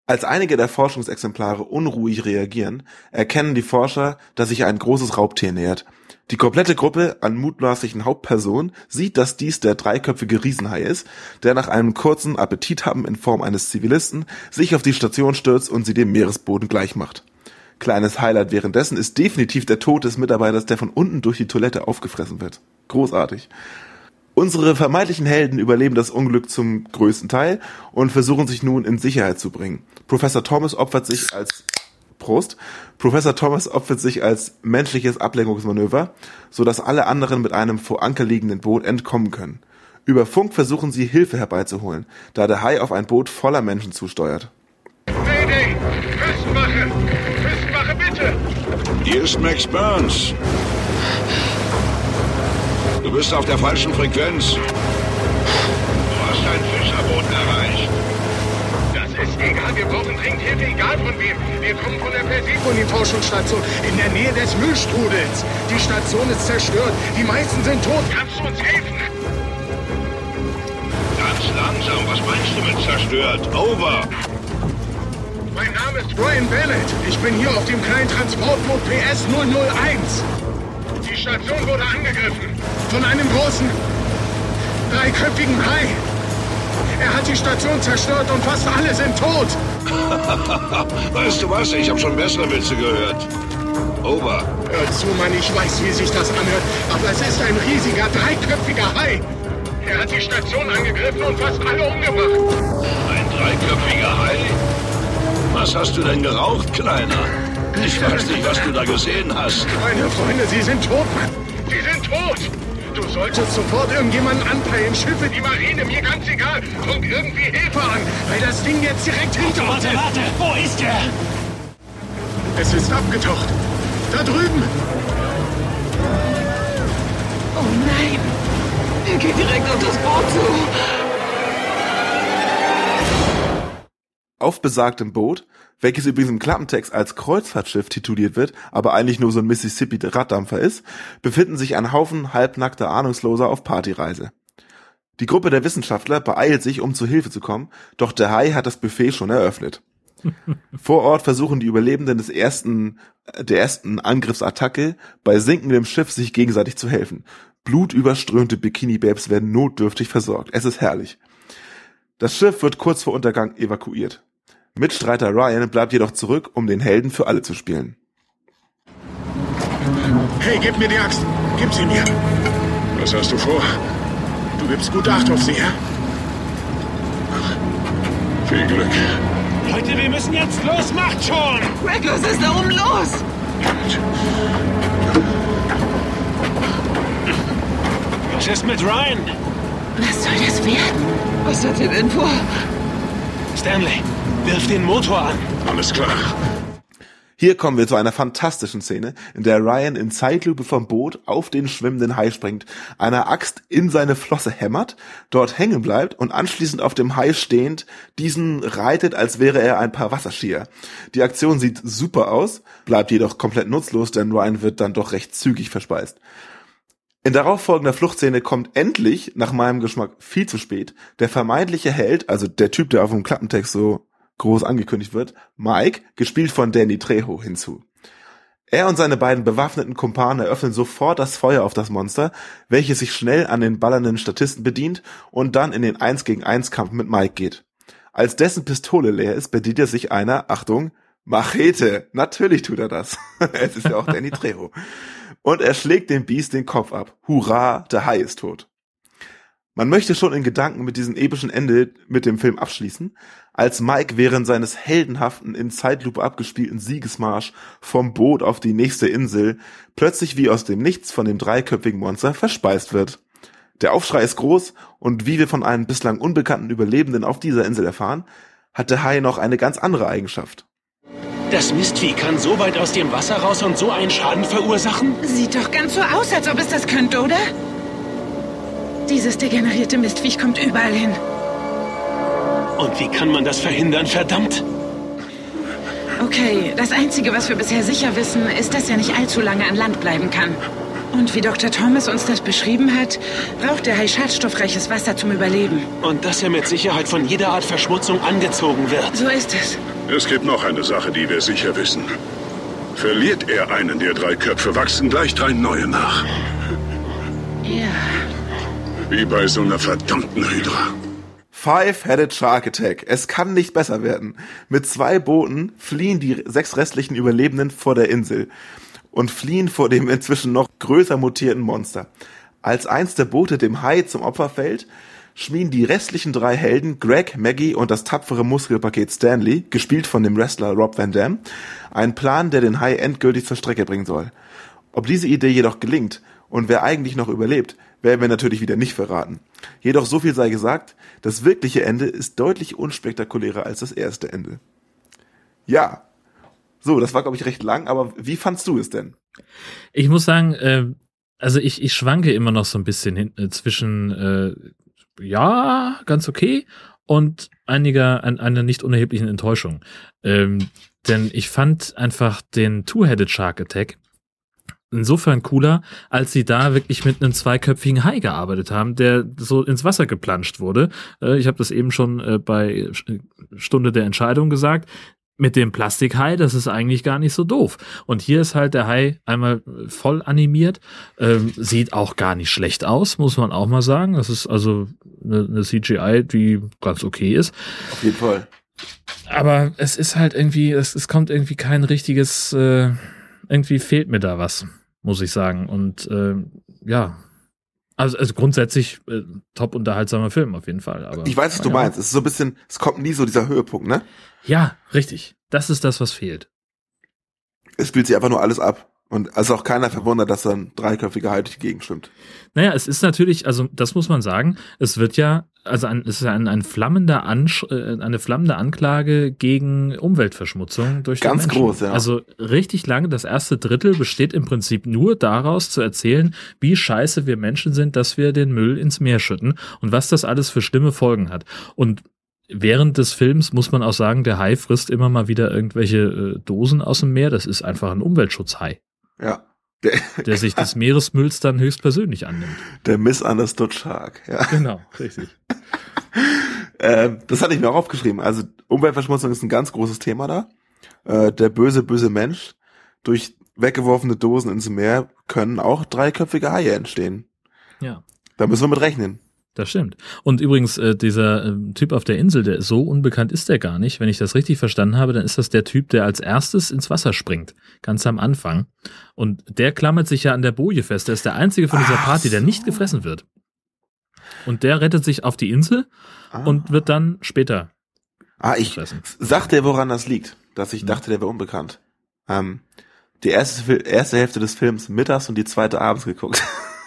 Als einige der Forschungsexemplare unruhig reagieren, erkennen die Forscher, dass sich ein großes Raubtier nähert. Die komplette Gruppe an mutmaßlichen Hauptpersonen sieht, dass dies der dreiköpfige Riesenhai ist, der nach einem kurzen Appetithappen in Form eines Zivilisten sich auf die Station stürzt und sie dem Meeresboden gleichmacht. Kleines Highlight währenddessen ist definitiv der Tod des Mitarbeiters, der von unten durch die Toilette aufgefressen wird. Großartig. Unsere vermeintlichen Helden überleben das Unglück zum größten Teil und versuchen sich nun in Sicherheit zu bringen. Professor Thomas opfert sich als menschliches Ablenkungsmanöver, sodass alle anderen mit einem vor Anker liegenden Boot entkommen können. Über Funk versuchen sie, Hilfe herbeizuholen, da der Hai auf ein Boot voller Menschen zusteuert. Mayday! Küstenwache! Küstenwache, bitte! Hier ist Max Burns. Du bist auf der falschen Frequenz. Du hast ein Fischerboot erreicht. Das ist egal, wir brauchen dringend Hilfe, egal von wem. Wir kommen von der Persephone-Forschungsstation in der Nähe des Müllstrudels. Die Station ist zerstört, die meisten sind tot. Kannst du uns helfen? Ganz langsam, was meinst du mit zerstört? Over! Mein Name ist Brian Bennett. Ich bin hier auf dem kleinen Transportboot PS 001. Die Station wurde angegriffen von einem großen, dreiköpfigen Hai. Er hat die Station zerstört und fast alle sind tot. Weißt du was? Ich habe schon bessere Witze gehört. Over. Hör zu, Mann, ich weiß, wie sich das anhört, aber es ist ein riesiger, dreiköpfiger Hai. Er hat die Station angegriffen und fast alle umgebracht. Ein dreiköpfiger Hai? Was hast du denn geraucht, Kleiner? Ich weiß nicht, was du da gesehen hast. Meine Freunde, Sie sind tot, Mann. Sie sind tot. Du solltest sofort irgendjemanden anpeilen. Schiffe, die Marine, mir ganz egal. Ruf irgendwie Hilfe an, weil das Ding jetzt direkt hinter uns ist. Warte, wo ist er? Es ist abgetaucht. Da drüben. Oh nein. Er geht direkt auf das Boot zu. Auf besagtem Boot, welches übrigens im Klappentext als Kreuzfahrtschiff tituliert wird, aber eigentlich nur so ein Mississippi-Raddampfer ist, befinden sich ein Haufen halbnackter Ahnungsloser auf Partyreise. Die Gruppe der Wissenschaftler beeilt sich, um zu Hilfe zu kommen, doch der Hai hat das Buffet schon eröffnet. Vor Ort versuchen die Überlebenden der ersten Angriffsattacke bei sinkendem Schiff sich gegenseitig zu helfen. Blutüberströmte Bikini-Babes werden notdürftig versorgt. Es ist herrlich. Das Schiff wird kurz vor Untergang evakuiert. Mitstreiter Ryan bleibt jedoch zurück, um den Helden für alle zu spielen. Hey, gib mir die Axt. Gib sie mir. Was hast du vor? Du gibst gute Acht auf sie, ja? Viel Glück. Leute, wir müssen jetzt los. Macht schon! Greg, was ist da oben los? Was ist mit Ryan? Was soll das werden? Was hat er denn vor? Stanley, wirf den Motor an. Alles klar. Hier kommen wir zu einer fantastischen Szene, in der Ryan in Zeitlupe vom Boot auf den schwimmenden Hai springt, eine Axt in seine Flosse hämmert, dort hängen bleibt und anschließend auf dem Hai stehend diesen reitet, als wäre er ein paar Wasserskier. Die Aktion sieht super aus, bleibt jedoch komplett nutzlos, denn Ryan wird dann doch recht zügig verspeist. In darauffolgender Fluchtszene kommt endlich, nach meinem Geschmack viel zu spät, der vermeintliche Held, also der Typ, der auf dem Klappentext so groß angekündigt wird, Mike, gespielt von Danny Trejo, hinzu. Er und seine beiden bewaffneten Kumpanen eröffnen sofort das Feuer auf das Monster, welches sich schnell an den ballernden Statisten bedient und dann in den 1-gegen-1-Kampf mit Mike geht. Als dessen Pistole leer ist, bedient er sich einer, Achtung, Machete. Natürlich tut er das. Es ist ja auch Danny Trejo. Und er schlägt dem Biest den Kopf ab. Hurra, der Hai ist tot. Man möchte schon in Gedanken mit diesem epischen Ende mit dem Film abschließen, als Mike während seines heldenhaften, in Zeitlupe abgespielten Siegesmarsch vom Boot auf die nächste Insel plötzlich wie aus dem Nichts von dem dreiköpfigen Monster verspeist wird. Der Aufschrei ist groß und wie wir von einem bislang unbekannten Überlebenden auf dieser Insel erfahren, hat der Hai noch eine ganz andere Eigenschaft. Das Mistvieh kann so weit aus dem Wasser raus und so einen Schaden verursachen? Sieht doch ganz so aus, als ob es das könnte, oder? Dieses degenerierte Mistviech kommt überall hin. Und wie kann man das verhindern, verdammt? Okay, das Einzige, was wir bisher sicher wissen, ist, dass er nicht allzu lange an Land bleiben kann. Und wie Dr. Thomas uns das beschrieben hat, braucht der Hai schadstoffreiches Wasser zum Überleben. Und dass er mit Sicherheit von jeder Art Verschmutzung angezogen wird. So ist es. Es gibt noch eine Sache, die wir sicher wissen. Verliert er einen der 3 Köpfe, wachsen gleich 3 neue nach. Ja. Wie bei so einer verdammten Hydra. Five-Headed Shark Attack. Es kann nicht besser werden. Mit 2 Booten fliehen die 6 restlichen Überlebenden vor der Insel und fliehen vor dem inzwischen noch größer mutierten Monster. Als eins der Boote dem Hai zum Opfer fällt, schmieden die restlichen 3 Helden, Greg, Maggie und das tapfere Muskelpaket Stanley, gespielt von dem Wrestler Rob Van Dam, einen Plan, der den Hai endgültig zur Strecke bringen soll. Ob diese Idee jedoch gelingt und wer eigentlich noch überlebt, werden wir natürlich wieder nicht verraten. Jedoch so viel sei gesagt, das wirkliche Ende ist deutlich unspektakulärer als das erste Ende. Ja, so, das war, glaube ich, recht lang, aber wie fandst du es denn? Ich muss sagen, also ich schwanke immer noch so ein bisschen zwischen ja, ganz okay und einer nicht unerheblichen Enttäuschung. Denn ich fand einfach den Two-Headed Shark Attack insofern cooler, als sie da wirklich mit einem 2-köpfigen Hai gearbeitet haben, der so ins Wasser geplanscht wurde. Ich habe das eben schon bei Stunde der Entscheidung gesagt. Mit dem Plastikhai, das ist eigentlich gar nicht so doof. Und hier ist halt der Hai einmal voll animiert, sieht auch gar nicht schlecht aus, muss man auch mal sagen. Das ist also eine CGI, die ganz okay ist. Auf jeden Fall. Aber es ist halt irgendwie, es kommt irgendwie kein richtiges, irgendwie fehlt mir da was, muss ich sagen. Und ja, also grundsätzlich top unterhaltsamer Film auf jeden Fall. Aber ich weiß, was du meinst. Es ist so ein bisschen, es kommt nie so dieser Höhepunkt, ne? Ja, richtig. Das ist das, was fehlt. Es spielt sich einfach nur alles ab. Und also auch keiner verwundert, dass dann 3-köpfiger Hai durch die Gegend schwimmt. Naja, es ist natürlich, also das muss man sagen, es wird ja, also es ist ja eine flammende Anklage gegen Umweltverschmutzung durch den Menschen. Ganz groß, ja. Also richtig lange, das erste Drittel besteht im Prinzip nur daraus zu erzählen, wie scheiße wir Menschen sind, dass wir den Müll ins Meer schütten und was das alles für schlimme Folgen hat. Und während des Films muss man auch sagen, der Hai frisst immer mal wieder irgendwelche Dosen aus dem Meer. Das ist einfach ein Umweltschutzhai. Ja. Der sich des Meeresmülls dann höchstpersönlich annimmt. Der Misunderstood Shark, ja. Genau, richtig. Das hatte ich mir auch aufgeschrieben. Also Umweltverschmutzung ist ein ganz großes Thema da. Der böse Mensch. Durch weggeworfene Dosen ins Meer können auch 3-köpfige Haie entstehen. Ja. Da müssen wir mit rechnen. Das stimmt. Und übrigens, dieser Typ auf der Insel, der ist so unbekannt ist der gar nicht. Wenn ich das richtig verstanden habe, dann ist das der Typ, der als erstes ins Wasser springt. Ganz am Anfang. Und der klammert sich ja an der Boje fest. Der ist der einzige von dieser Party, der nicht gefressen wird. Und der rettet sich auf die Insel und wird dann später gefressen. Sag dir, woran das liegt, dass ich dachte, der wäre unbekannt. Die erste Hälfte des Films mittags und die zweite abends geguckt.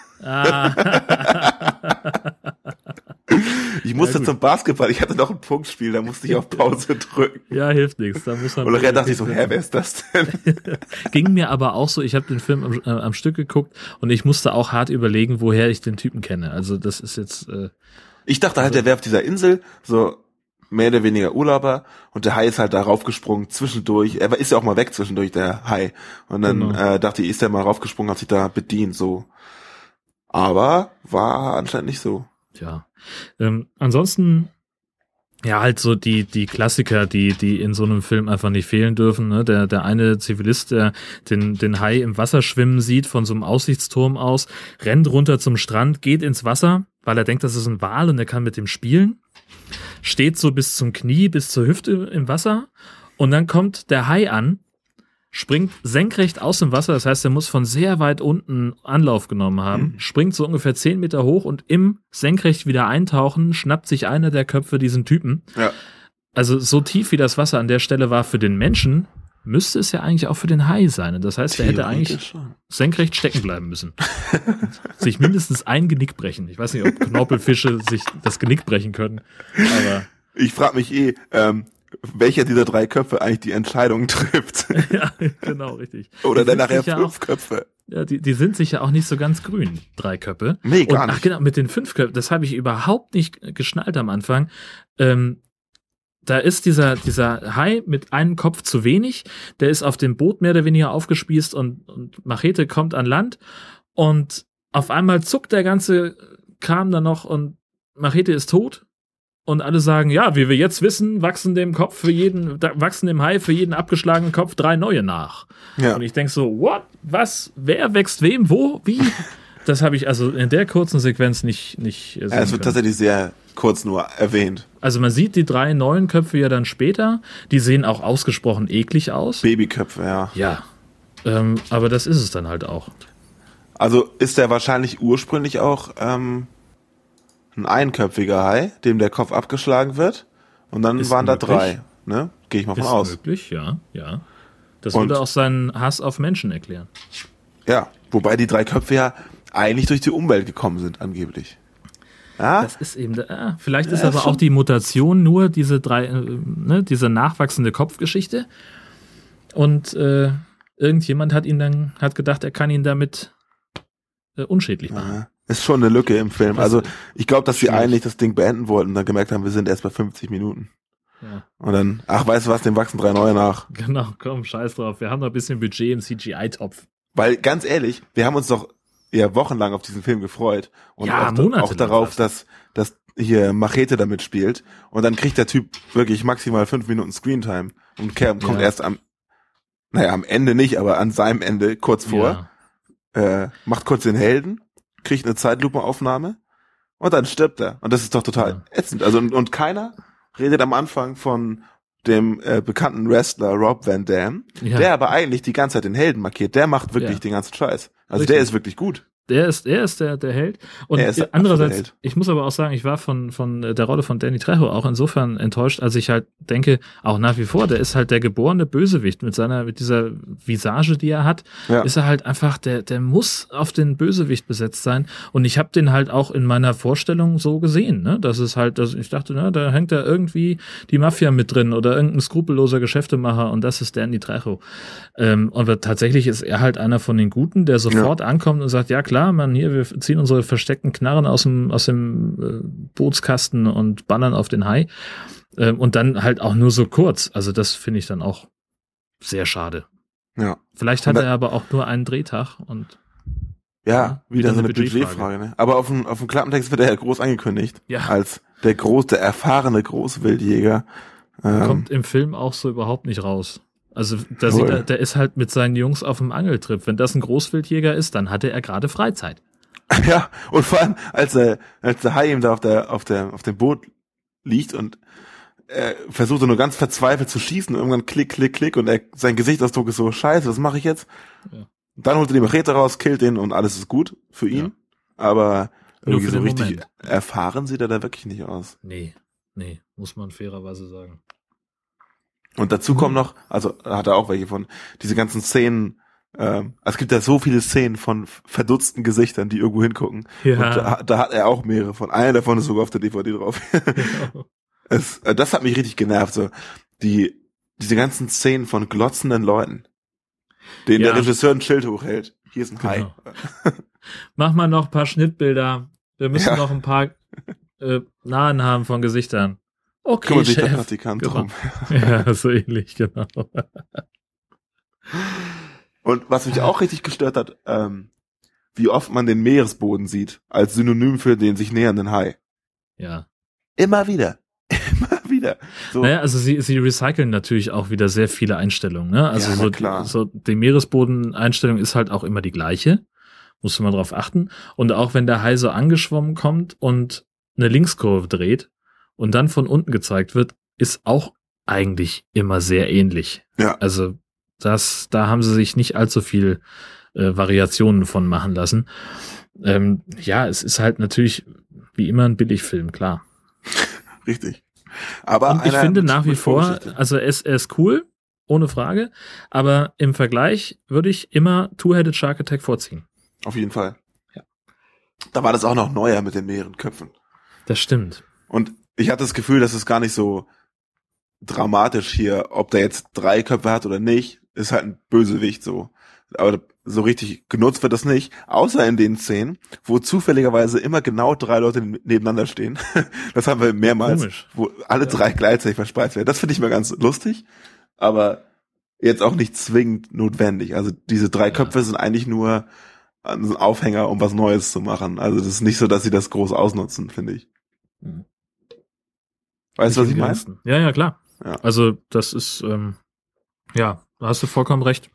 Ich musste zum Basketball, ich hatte noch ein Punktspiel, da musste ich auf Pause drücken. Ja, hilft nichts. Da muss man und nachher dachte ich so, wer ist das denn? Ging mir aber auch so, ich habe den Film am Stück geguckt und ich musste auch hart überlegen, woher ich den Typen kenne. Also das ist jetzt... ich dachte halt, der wäre auf dieser Insel, so mehr oder weniger Urlauber und der Hai ist halt da raufgesprungen zwischendurch. Er ist ja auch mal weg zwischendurch, der Hai. Und dann dachte ich, ist der mal raufgesprungen, hat sich da bedient, so. Aber war anscheinend nicht so. Ja. Ansonsten, ja, halt so die Klassiker, die in so einem Film einfach nicht fehlen dürfen. Ne? Der eine Zivilist, der den Hai im Wasser schwimmen sieht, von so einem Aussichtsturm aus, rennt runter zum Strand, geht ins Wasser, weil er denkt, das ist ein Wal und er kann mit dem spielen. Steht so bis zum Knie, bis zur Hüfte im Wasser und dann kommt der Hai an, springt senkrecht aus dem Wasser, das heißt, er muss von sehr weit unten Anlauf genommen haben, springt so ungefähr 10 Meter hoch und im senkrecht wieder eintauchen, schnappt sich einer der Köpfe diesen Typen. Ja. Also so tief wie das Wasser an der Stelle war für den Menschen, müsste es ja eigentlich auch für den Hai sein. Und das heißt, er hätte eigentlich senkrecht stecken bleiben müssen. Sich mindestens ein Genick brechen. Ich weiß nicht, ob Knorpelfische sich das Genick brechen können, aber... Ich frage mich welcher dieser 3 Köpfe eigentlich die Entscheidung trifft. Ja, genau, richtig. Oder dann nachher 5 Köpfe. Ja, die sind sich ja auch nicht so ganz grün, 3 Köpfe. Nee, gar nicht. Ach genau, mit den 5 Köpfen, das habe ich überhaupt nicht geschnallt am Anfang. Da ist dieser Hai mit einem Kopf zu wenig, der ist auf dem Boot mehr oder weniger aufgespießt und Machete kommt an Land und auf einmal zuckt der ganze Kram dann noch und Machete ist tot. und alle sagen, ja, wie wir jetzt wissen, wachsen dem Hai für jeden abgeschlagenen Kopf 3 neue nach. Ja. Und ich denke so, what? Was? Wer wächst wem? Wo? Wie? Das habe ich also in der kurzen Sequenz nicht sehen es wird tatsächlich sehr kurz nur erwähnt. Also man sieht die 3 neuen Köpfe ja dann später. Die sehen auch ausgesprochen eklig aus. Babyköpfe, ja. Ja. Aber das ist es dann halt auch. Also ist der wahrscheinlich ursprünglich auch ein einköpfiger Hai, dem der Kopf abgeschlagen wird. Und dann waren da 3. Ne? Gehe ich mal von aus. Ist möglich, ja. Das würde auch seinen Hass auf Menschen erklären. Ja, wobei die 3 Köpfe ja eigentlich durch die Umwelt gekommen sind, angeblich. Ja? Das ist eben, vielleicht ist aber auch die Mutation nur diese diese nachwachsende Kopfgeschichte. Und irgendjemand hat gedacht, er kann ihn damit unschädlich machen. Ja, ist schon eine Lücke im Film. Also ich glaube, dass sie eigentlich das Ding beenden wollten und dann gemerkt haben, wir sind erst bei 50 Minuten. Ja. Und dann, weißt du was, dem wachsen 3 neue nach. Genau, komm, scheiß drauf. Wir haben noch ein bisschen Budget im CGI-Topf. Weil, ganz ehrlich, wir haben uns doch wochenlang auf diesen Film gefreut. Und auch darauf, dass hier Machete damit spielt. Und dann kriegt der Typ wirklich maximal 5 Minuten Screentime. Und kommt erst am Ende nicht, aber an seinem Ende kurz vor. Macht kurz den Helden, kriegt eine Zeitlupenaufnahme und dann stirbt er. Und das ist doch total ätzend. Also, und keiner redet am Anfang von dem bekannten Wrestler Rob Van Dam, der aber eigentlich die ganze Zeit den Helden markiert. Der macht wirklich den ganzen Scheiß. Also der ist wirklich gut. Er ist der Held. Und andererseits, Held. Ich muss aber auch sagen, ich war von der Rolle von Danny Trejo auch insofern enttäuscht, als ich halt denke, auch nach wie vor, der ist halt der geborene Bösewicht mit dieser Visage, die er hat, ist er halt einfach, der muss auf den Bösewicht besetzt sein. Und ich habe den halt auch in meiner Vorstellung so gesehen, ne? Das ist halt, ich dachte, da hängt da irgendwie die Mafia mit drin oder irgendein skrupelloser Geschäftemacher und das ist Danny Trejo. Und tatsächlich ist er halt einer von den Guten, der sofort ankommt und sagt, ja klar, Mann, hier, wir ziehen unsere versteckten Knarren aus dem Bootskasten und ballern auf den Hai. Und dann halt auch nur so kurz. Also das finde ich dann auch sehr schade. Ja. Vielleicht hat er aber auch nur einen Drehtag und wieder so eine Budgetfrage. Ne? Aber auf dem Klappentext wird er ja groß angekündigt. Ja. Als der erfahrene Großwildjäger. Kommt im Film auch so überhaupt nicht raus. Also da sieht er, der ist halt mit seinen Jungs auf dem Angeltrip. Wenn das ein Großwildjäger ist, dann hatte er gerade Freizeit. Ja, und vor allem, als der Hai ihm da auf dem Boot liegt und versucht er nur ganz verzweifelt zu schießen und irgendwann klick, klick, klick und sein Gesichtsausdruck ist so, scheiße, was mache ich jetzt? Ja. Dann holt er die Machete raus, killt ihn und alles ist gut für ihn. Ja. Aber irgendwie so richtig Moment. Erfahren sieht er da wirklich nicht aus. Nee, muss man fairerweise sagen. Und dazu kommen noch, also hat er auch welche von, diese ganzen Szenen, es gibt ja so viele Szenen von verdutzten Gesichtern, die irgendwo hingucken. Ja. Und da hat er auch mehrere von. Einer davon ist sogar auf der DVD drauf. Genau. Das hat mich richtig genervt, so. Diese ganzen Szenen von glotzenden Leuten, denen der Regisseur ein Schild hochhält. Hier ist ein Hai. Mach mal noch ein paar Schnittbilder. Wir müssen noch ein paar Nahen haben von Gesichtern. Okay, kümmert sich der Praktikant drum. Ja, so ähnlich, genau. Und was mich auch richtig gestört hat, wie oft man den Meeresboden sieht, als Synonym für den sich nähernden Hai. Ja. Immer wieder. So. Naja, also sie recyceln natürlich auch wieder sehr viele Einstellungen, ne? Also so die Meeresboden-Einstellung ist halt auch immer die gleiche. Muss man drauf achten. Und auch wenn der Hai so angeschwommen kommt und eine Linkskurve dreht, und dann von unten gezeigt wird, ist auch eigentlich immer sehr ähnlich. Ja. Also da haben sie sich nicht allzu viel Variationen von machen lassen. Es ist halt natürlich wie immer ein Billigfilm, klar. Richtig. Aber und ich finde nach wie vor, also er ist cool, ohne Frage, aber im Vergleich würde ich immer Two-Headed Shark Attack vorziehen. Auf jeden Fall. Ja. Da war das auch noch neuer mit den mehreren Köpfen. Das stimmt. Und ich hatte das Gefühl, dass es gar nicht so dramatisch hier, ob der jetzt 3 Köpfe hat oder nicht, ist halt ein Bösewicht so. Aber so richtig genutzt wird das nicht, außer in den Szenen, wo zufälligerweise immer genau 3 Leute nebeneinander stehen. Das haben wir mehrmals, wo alle 3 gleichzeitig verspeist werden. Das finde ich mal ganz lustig, aber jetzt auch nicht zwingend notwendig. Also diese 3 Köpfe sind eigentlich nur ein Aufhänger, um was Neues zu machen. Also das ist nicht so, dass sie das groß ausnutzen, finde ich. Weißt du, was ich meine? Ja, klar. Ja. Also das ist, da hast du vollkommen recht.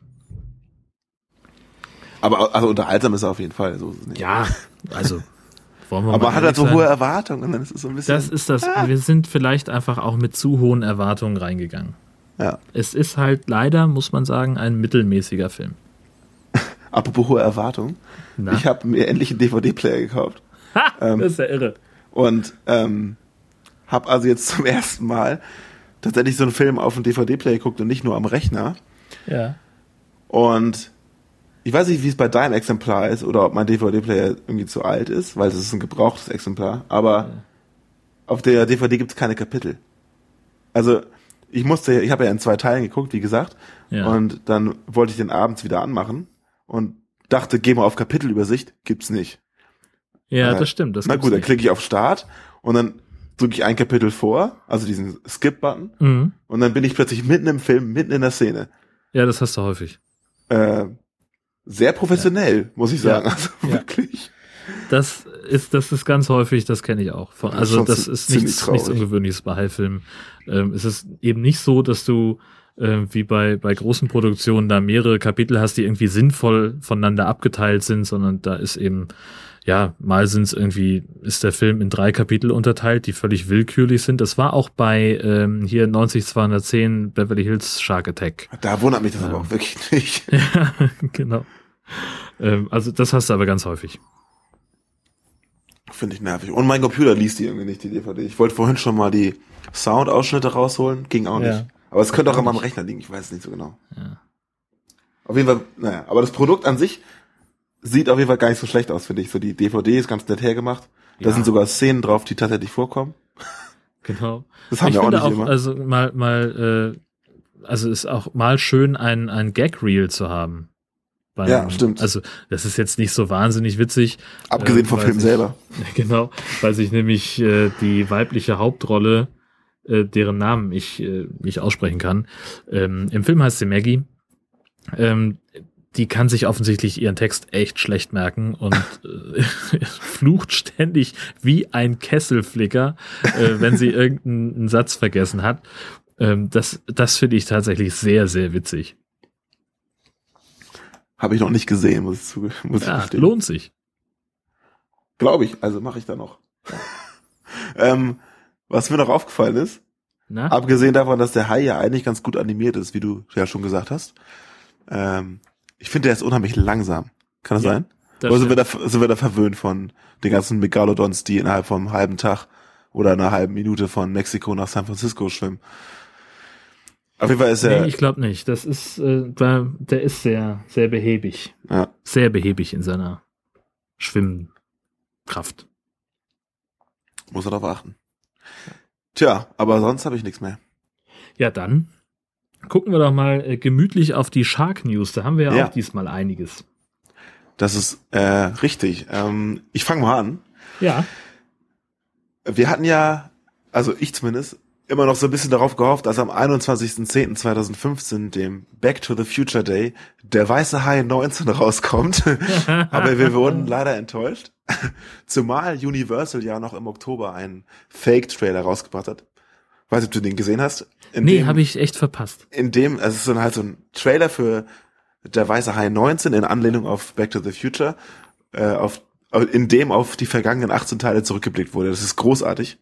Aber also unterhaltsam ist er auf jeden Fall. So ist es nicht. Ja, also wollen wir aber mal man hat halt so sein. hohe Erwartungen und dann ist es so ein bisschen... Das ist das. Wir sind vielleicht einfach auch mit zu hohen Erwartungen reingegangen. Ja. Es ist halt leider, muss man sagen, ein mittelmäßiger Film. Apropos hohe Erwartungen. Na? Ich habe mir endlich einen DVD-Player gekauft. Das ist ja irre. Und habe also jetzt zum ersten Mal tatsächlich so einen Film auf dem DVD-Player geguckt und nicht nur am Rechner. Ja. Und ich weiß nicht, wie es bei deinem Exemplar ist oder ob mein DVD-Player irgendwie zu alt ist, weil es ist ein gebrauchtes Exemplar. Aber auf der DVD gibt es keine Kapitel. Also ich habe ja in 2 Teilen geguckt, wie gesagt. Ja. Und dann wollte ich den abends wieder anmachen und dachte, geh mal auf Kapitelübersicht, gibt's nicht. Ja, das stimmt. Das Na gibt's gut, dann nicht. klicke ich auf Start und dann drücke ich ein Kapitel vor, also diesen Skip-Button. Mhm. Und dann bin ich plötzlich mitten im Film, mitten in der Szene. Ja, das hast du häufig. Sehr professionell, muss ich sagen. Ja. Also Ja. wirklich. Das ist ganz häufig, das kenne ich auch. Also schon das ist ziemlich nichts traurig. Ungewöhnliches bei High-Filmen. Es ist eben nicht so, dass du wie bei großen Produktionen da mehrere Kapitel hast, die irgendwie sinnvoll voneinander abgeteilt sind, sondern da ist eben, mal ist der Film in 3 Kapitel unterteilt, die völlig willkürlich sind. Das war auch bei hier 90210 Beverly Hills Shark Attack. Da wundert mich das aber auch wirklich nicht. Ja, genau. Also das hast du aber ganz häufig. Finde ich nervig. Und mein Computer liest die irgendwie nicht, die DVD. Ich wollte vorhin schon mal die Soundausschnitte rausholen, ging auch nicht. Aber es könnte auch an meinem Rechner liegen, ich weiß es nicht so genau. Ja. Auf jeden Fall, aber das Produkt an sich sieht auf jeden Fall gar nicht so schlecht aus, finde ich. So die DVD ist ganz nett hergemacht. Da sind sogar Szenen drauf, die tatsächlich vorkommen. Genau. Das haben ich wir auch finde nicht immer. Also also ist auch mal schön, ein Gag-Reel zu haben. Ja, stimmt. Also das ist jetzt nicht so wahnsinnig witzig. Abgesehen vom Film selber. Genau, weil sich nämlich die weibliche Hauptrolle, deren Namen ich nicht aussprechen kann, im Film heißt sie Maggie, die kann sich offensichtlich ihren Text echt schlecht merken und flucht ständig wie ein Kesselflicker, wenn sie irgendeinen Satz vergessen hat. Das finde ich tatsächlich sehr, sehr witzig. Habe ich noch nicht gesehen, muss ich gestehen. Lohnt sich. Glaube ich, also mache ich da noch. Was mir noch aufgefallen ist, abgesehen davon, dass der Hai ja eigentlich ganz gut animiert ist, wie du ja schon gesagt hast, ich finde, der ist unheimlich langsam. Kann das sein? Oder sind wir da verwöhnt von den ganzen Megalodons, die innerhalb von einem halben Tag oder einer halben Minute von Mexiko nach San Francisco schwimmen? Auf jeden Fall ist er... Nee, ich glaube nicht. Das ist, der ist sehr, sehr behäbig. Ja. Sehr behäbig in seiner Schwimmkraft. Muss er darauf achten. Tja, aber sonst habe ich nichts mehr. Ja, dann gucken wir doch mal gemütlich auf die Shark News. Da haben wir ja auch diesmal einiges. Das ist richtig. Ich fange mal an. Ja. Wir hatten ja, also ich zumindest, immer noch so ein bisschen darauf gehofft, dass am 21.10.2015, dem Back to the Future Day, der weiße Hai 19 rauskommt. Aber wir wurden leider enttäuscht. Zumal Universal ja noch im Oktober einen Fake-Trailer rausgebracht hat. Weiß nicht, ob du den gesehen hast. Nee, habe ich echt verpasst. Es ist so ein Trailer für der weiße Hai 19 in Anlehnung auf Back to the Future, in dem auf die vergangenen 18 Teile zurückgeblickt wurde. Das ist großartig.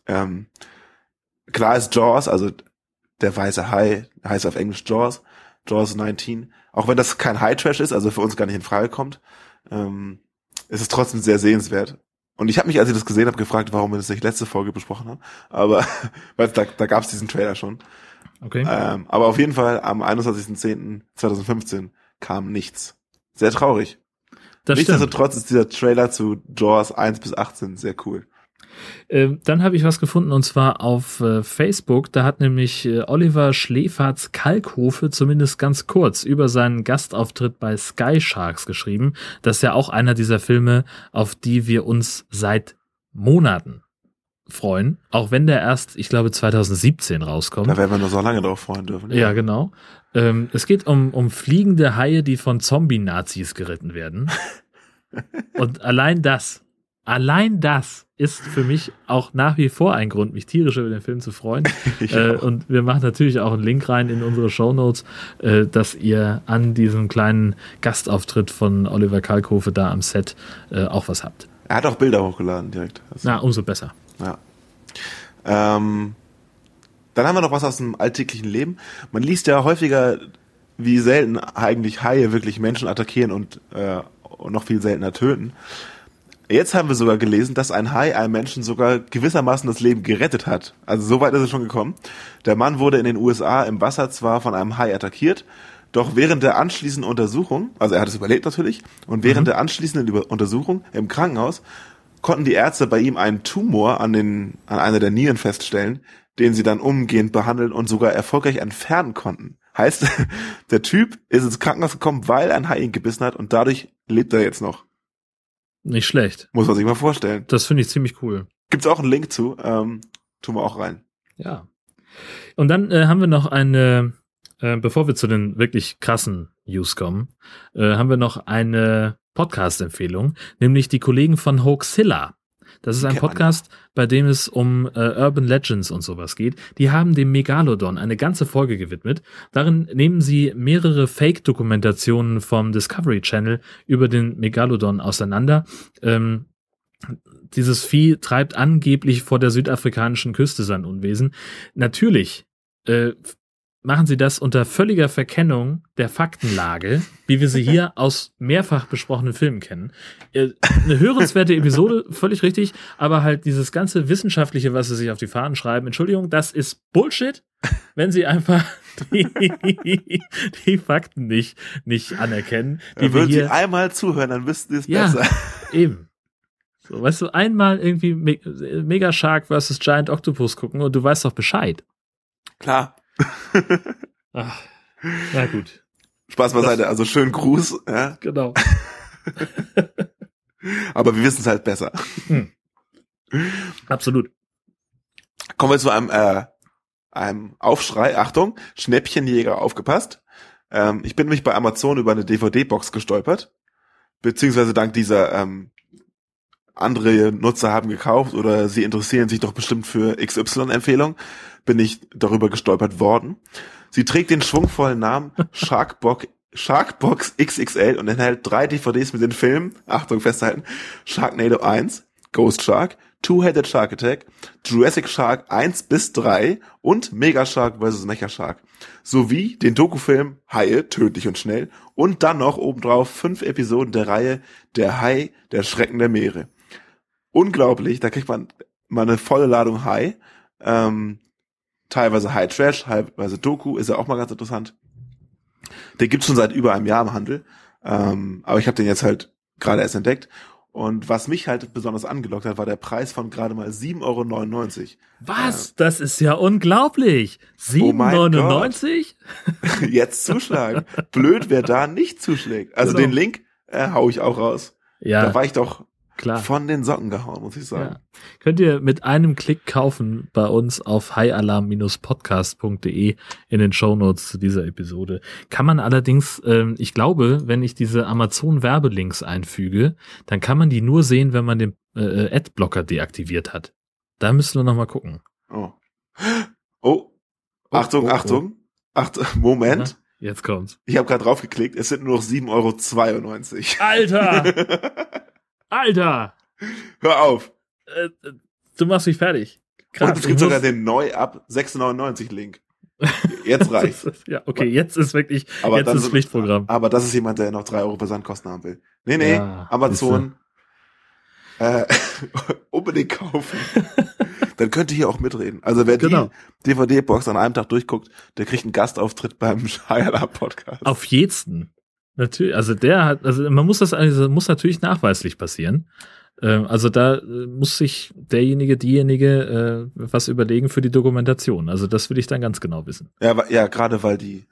Klar ist Jaws, also der weiße Hai, heißt auf Englisch Jaws 19. Auch wenn das kein High-Trash ist, also für uns gar nicht in Frage kommt, ist es trotzdem sehr sehenswert. Und ich habe mich, als ich das gesehen habe, gefragt, warum wir das nicht letzte Folge besprochen haben. Aber weil da gab es diesen Trailer schon. Okay. Aber auf jeden Fall am 21.10.2015 kam nichts. Sehr traurig. Nichtsdestotrotz ist dieser Trailer zu Jaws 1 bis 18 sehr cool. Dann habe ich was gefunden und zwar auf Facebook. Da hat nämlich Oliver Schläferz Kalkhofe zumindest ganz kurz über seinen Gastauftritt bei Sky Sharks geschrieben. Das ist ja auch einer dieser Filme, auf die wir uns seit Monaten freuen. Auch wenn der erst, ich glaube, 2017 rauskommt. Da werden wir nur so lange drauf freuen dürfen. Ja, genau. Es geht um fliegende Haie, die von Zombie-Nazis geritten werden. Und allein das ist für mich auch nach wie vor ein Grund, mich tierisch über den Film zu freuen. Und wir machen natürlich auch einen Link rein in unsere Shownotes, dass ihr an diesem kleinen Gastauftritt von Oliver Kalkofe da am Set auch was habt. Er hat auch Bilder hochgeladen direkt. Na, umso besser. Ja. Dann haben wir noch was aus dem alltäglichen Leben. Man liest ja häufiger, wie selten eigentlich Haie wirklich Menschen attackieren und noch viel seltener töten. Jetzt haben wir sogar gelesen, dass ein Hai einem Menschen sogar gewissermaßen das Leben gerettet hat. Also so weit ist es schon gekommen. Der Mann wurde in den USA im Wasser zwar von einem Hai attackiert, doch während der anschließenden Untersuchung, also er hat es überlebt natürlich, und während der anschließenden Untersuchung im Krankenhaus konnten die Ärzte bei ihm einen Tumor an einer der Nieren feststellen, den sie dann umgehend behandeln und sogar erfolgreich entfernen konnten. Heißt, der Typ ist ins Krankenhaus gekommen, weil ein Hai ihn gebissen hat und dadurch lebt er jetzt noch. Nicht schlecht. Muss man sich mal vorstellen. Das finde ich ziemlich cool. Gibt's auch einen Link zu, tun wir auch rein. Ja. Und dann haben wir noch eine, bevor wir zu den wirklich krassen News kommen, haben wir noch eine Podcast-Empfehlung, nämlich die Kollegen von Hoaxilla. Das ist ein Podcast, bei dem es um Urban Legends und sowas geht. Die haben dem Megalodon eine ganze Folge gewidmet. Darin nehmen sie mehrere Fake-Dokumentationen vom Discovery Channel über den Megalodon auseinander. Dieses Vieh treibt angeblich vor der südafrikanischen Küste sein Unwesen. Natürlich machen sie das unter völliger Verkennung der Faktenlage, wie wir sie hier aus mehrfach besprochenen Filmen kennen. Eine hörenswerte Episode, völlig richtig, aber halt dieses ganze Wissenschaftliche, was sie sich auf die Fahnen schreiben, Entschuldigung, das ist Bullshit, wenn sie einfach die Fakten nicht anerkennen. Würden sie einmal zuhören, dann wüssten sie es besser. Eben. So, weißt du, einmal irgendwie Mega Shark vs. Giant Octopus gucken und du weißt doch Bescheid. Klar. Ach, na gut. Spaß beiseite, also schönen Gruß. Ja. Genau. Aber wir wissen es halt besser. Absolut. Kommen wir zu einem Aufschrei. Achtung, Schnäppchenjäger, aufgepasst. Ich bin nämlich bei Amazon über eine DVD-Box gestolpert. Beziehungsweise dank dieser andere Nutzer haben gekauft oder sie interessieren sich doch bestimmt für XY-Empfehlung, bin ich darüber gestolpert worden. Sie trägt den schwungvollen Namen Sharkbox XXL und enthält 3 DVDs mit den Filmen, Achtung festhalten, Sharknado 1, Ghost Shark, Two-Headed Shark Attack, Jurassic Shark 1-3 und Mega Shark vs. Mecha Shark, sowie den Dokufilm Haie, tödlich und schnell und dann noch obendrauf 5 Episoden der Reihe Der Hai, der Schrecken der Meere. Unglaublich, da kriegt man mal eine volle Ladung Hai, teilweise High Trash, teilweise Doku, ist ja auch mal ganz interessant. Der gibt's schon seit über einem Jahr im Handel, aber ich habe den jetzt halt gerade erst entdeckt. Und was mich halt besonders angelockt hat, war der Preis von gerade mal 7,99 €. Was? Das ist ja unglaublich. 7,99 €? Jetzt zuschlagen. Blöd, wer da nicht zuschlägt. Also den Link hau ich auch raus. Ja. Da war ich doch klar von den Socken gehauen, muss ich sagen. Ja. Könnt ihr mit einem Klick kaufen bei uns auf highalarm-podcast.de in den Shownotes zu dieser Episode. Kann man allerdings, ich glaube, wenn ich diese Amazon-Werbelinks einfüge, dann kann man die nur sehen, wenn man den Adblocker deaktiviert hat. Da müssen wir noch mal gucken. Achtung. Moment. Ja, jetzt kommt's. Ich habe gerade drauf geklickt, es sind nur noch 7,92 €. Alter! Hör auf! Du machst mich fertig. Krass, und es gibt sogar den neu ab 6,99 Link. Jetzt reicht's. Ja, okay, jetzt ist wirklich, aber jetzt ist Pflichtprogramm. Aber das ist jemand, der noch 3 € Versandkosten haben will. Nee, ja, Amazon unbedingt kaufen. Dann könnt ihr hier auch mitreden. Also wer die DVD-Box an einem Tag durchguckt, der kriegt einen Gastauftritt beim Highalarm-Podcast. Auf jeden. Natürlich, also muss natürlich nachweislich passieren. Also da muss sich diejenige was überlegen für die Dokumentation. Also das will ich dann ganz genau wissen. Ja, gerade weil die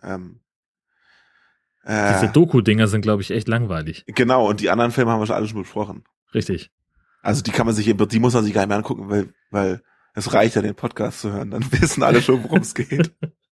diese Doku-Dinger sind, glaube ich, echt langweilig. Genau, und die anderen Filme haben wir schon alle schon besprochen. Richtig. Also die muss man sich gar nicht mehr angucken, weil es reicht ja, den Podcast zu hören. Dann wissen alle schon, worum es geht.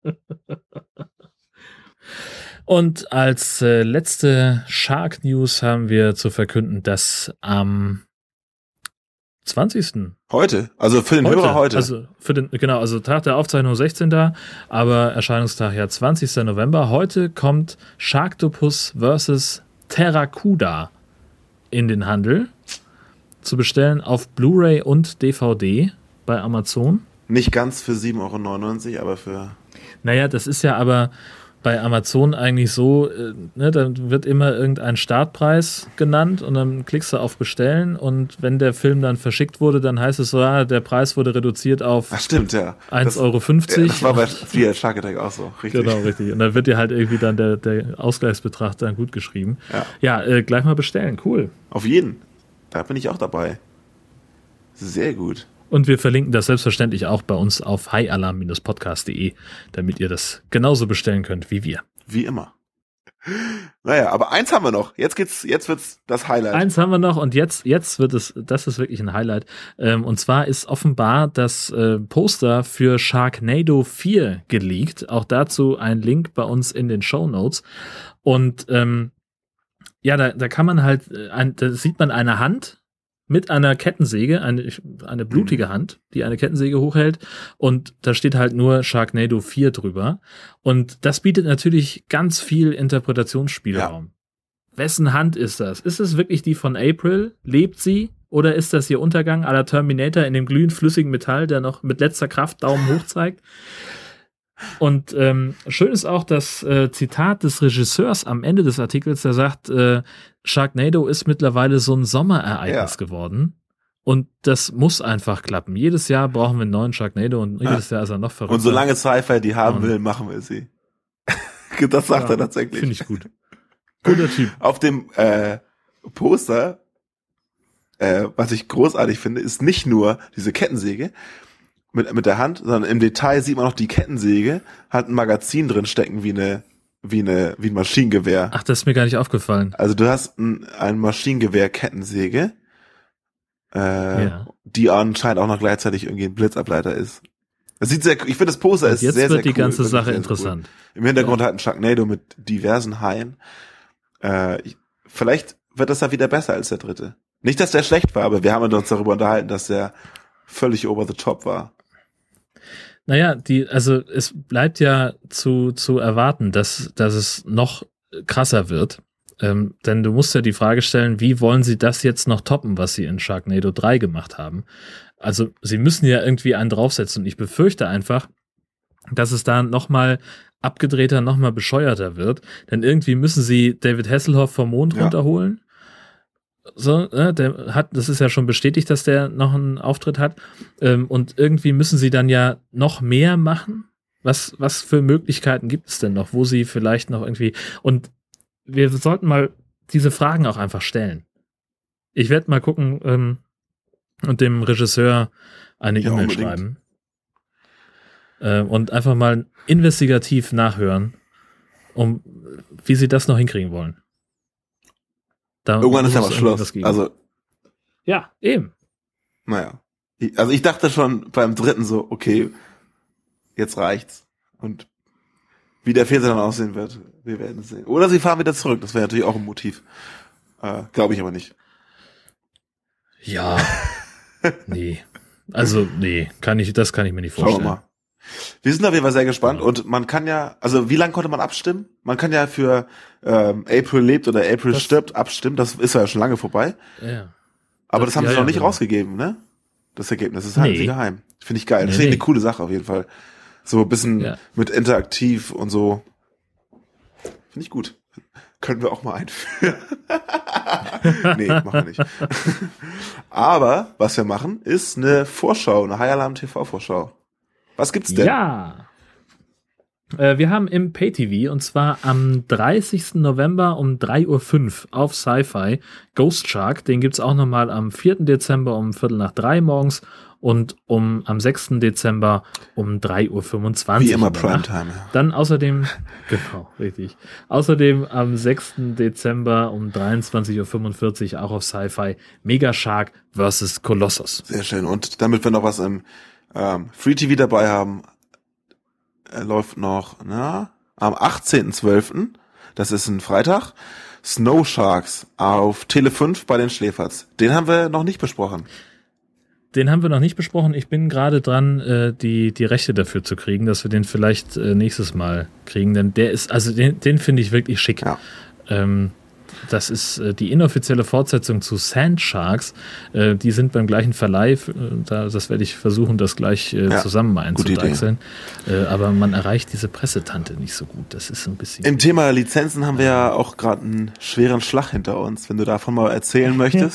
Und als letzte Shark News haben wir zu verkünden, dass am 20. Heute, also für den Hörer heute. Also also Tag der Aufzeichnung 16. Aber Erscheinungstag ja 20. November. Heute kommt Sharktopus vs. Terracuda in den Handel. Zu bestellen auf Blu-ray und DVD bei Amazon. Nicht ganz für 7,99 €, aber für... Naja, das ist ja aber bei Amazon eigentlich so, dann wird immer irgendein Startpreis genannt und dann klickst du auf Bestellen und wenn der Film dann verschickt wurde, dann heißt es so, der Preis wurde reduziert auf 1,50 €. Das war bei Free Shark Attack auch so, richtig. Genau, richtig. Und dann wird dir halt irgendwie dann der Ausgleichsbetrag dann gut geschrieben. Ja, gleich mal bestellen, cool. Auf jeden. Da bin ich auch dabei. Sehr gut. Und wir verlinken das selbstverständlich auch bei uns auf highalarm-podcast.de, damit ihr das genauso bestellen könnt wie wir. Wie immer. Naja, aber eins haben wir noch. Jetzt wird's das Highlight. Eins haben wir noch und jetzt wird es, das ist wirklich ein Highlight. Und zwar ist offenbar das Poster für Sharknado 4 geleakt. Auch dazu ein Link bei uns in den Shownotes. Und da kann man halt, da sieht man eine Hand mit einer Kettensäge, eine blutige Hand, die eine Kettensäge hochhält und da steht halt nur Sharknado 4 drüber und das bietet natürlich ganz viel Interpretationsspielraum. Ja. Wessen Hand ist das? Ist es wirklich die von April? Lebt sie? Oder ist das ihr Untergang à la Terminator in dem glühend flüssigen Metall, der noch mit letzter Kraft Daumen hoch zeigt? Und schön ist auch das Zitat des Regisseurs am Ende des Artikels, der sagt, Sharknado ist mittlerweile so ein Sommerereignis geworden und das muss einfach klappen. Jedes Jahr brauchen wir einen neuen Sharknado und jedes Jahr ist er noch verrückter. Und solange Sci-Fi die haben will, machen wir sie. Das sagt er tatsächlich. Finde ich gut. Guter Typ. Auf dem Poster, was ich großartig finde, ist nicht nur diese Kettensäge, mit der Hand, sondern im Detail sieht man noch die Kettensäge, hat ein Magazin drin stecken wie ein Maschinengewehr. Ach, das ist mir gar nicht aufgefallen. Also du hast ein Maschinengewehr-Kettensäge, die anscheinend auch noch gleichzeitig irgendwie ein Blitzableiter ist. Das sieht sehr, ich finde das Poster ist sehr, sehr cool. Jetzt wird die ganze Sache interessant. Cool. Im Hintergrund hat ein Sharknado mit diversen Haien. Vielleicht wird das da wieder besser als der dritte. Nicht, dass der schlecht war, aber wir haben uns darüber unterhalten, dass der völlig over the top war. Naja, es bleibt ja zu erwarten, dass es noch krasser wird. Denn du musst ja die Frage stellen, wie wollen sie das jetzt noch toppen, was sie in Sharknado 3 gemacht haben? Also sie müssen ja irgendwie einen draufsetzen und ich befürchte einfach, dass es da nochmal abgedrehter, nochmal bescheuerter wird. Denn irgendwie müssen sie David Hasselhoff vom Mond runterholen. So, das ist ja schon bestätigt, dass der noch einen Auftritt hat. Und irgendwie müssen sie dann ja noch mehr machen. Was für Möglichkeiten gibt es denn noch, wo sie vielleicht noch irgendwie, und wir sollten mal diese Fragen auch einfach stellen. Ich werde mal gucken und dem Regisseur eine E-Mail schreiben. Und einfach mal investigativ nachhören, wie sie das noch hinkriegen wollen. Irgendwann ist aber Schluss. Also ja, eben. Naja. Also ich dachte schon beim dritten so, okay, jetzt reicht's. Und wie der vierte dann aussehen wird, wir werden es sehen. Oder sie fahren wieder zurück, das wäre natürlich auch ein Motiv. Glaube ich aber nicht. Ja. Nee. Also, nee, das kann ich mir nicht vorstellen. Schauen wir mal. Wir sind auf jeden Fall sehr gespannt und man kann ja, also wie lange konnte man abstimmen? Man kann ja für April lebt oder April stirbt abstimmen, das ist ja schon lange vorbei. Ja. Aber das haben sie noch nicht rausgegeben, ne? Das Ergebnis, das ist halt geheim. Finde ich geil. Das finde ich eine coole Sache auf jeden Fall. So ein bisschen mit interaktiv und so. Finde ich gut. Können wir auch mal einführen. Nee, machen wir nicht. Aber was wir machen, ist eine Vorschau, eine High Alarm TV Vorschau. Was gibt's denn? Ja. Wir haben im Pay-TV und zwar am 30. November um 3:05 Uhr auf Sci-Fi Ghost Shark. Den gibt's auch nochmal am 4. Dezember um 2:45 morgens und am 6. Dezember um 3:25 Uhr. Wie immer Primetime. Ja. Dann außerdem, genau, richtig. Außerdem am 6. Dezember um 23:45 Uhr auch auf Sci-Fi Mega Shark vs. Colossus. Sehr schön. Und damit wir noch was im Free TV dabei haben, läuft noch am 18.12., das ist ein Freitag, Snow Sharks auf Tele 5 bei den Schläferz. Den haben wir noch nicht besprochen. Den haben wir noch nicht besprochen. Ich bin gerade dran, die Rechte dafür zu kriegen, dass wir den vielleicht nächstes Mal kriegen. Denn der ist, also den finde ich wirklich schick. Ja. Das ist die inoffizielle Fortsetzung zu Sand Sharks. Die sind beim gleichen Verleih. Das werde ich versuchen, das gleich zusammen einzudeichseln. Aber man erreicht diese Pressetante nicht so gut. Das ist so ein bisschen... Im Thema Lizenzen haben wir ja auch gerade einen schweren Schlag hinter uns, wenn du davon mal erzählen möchtest.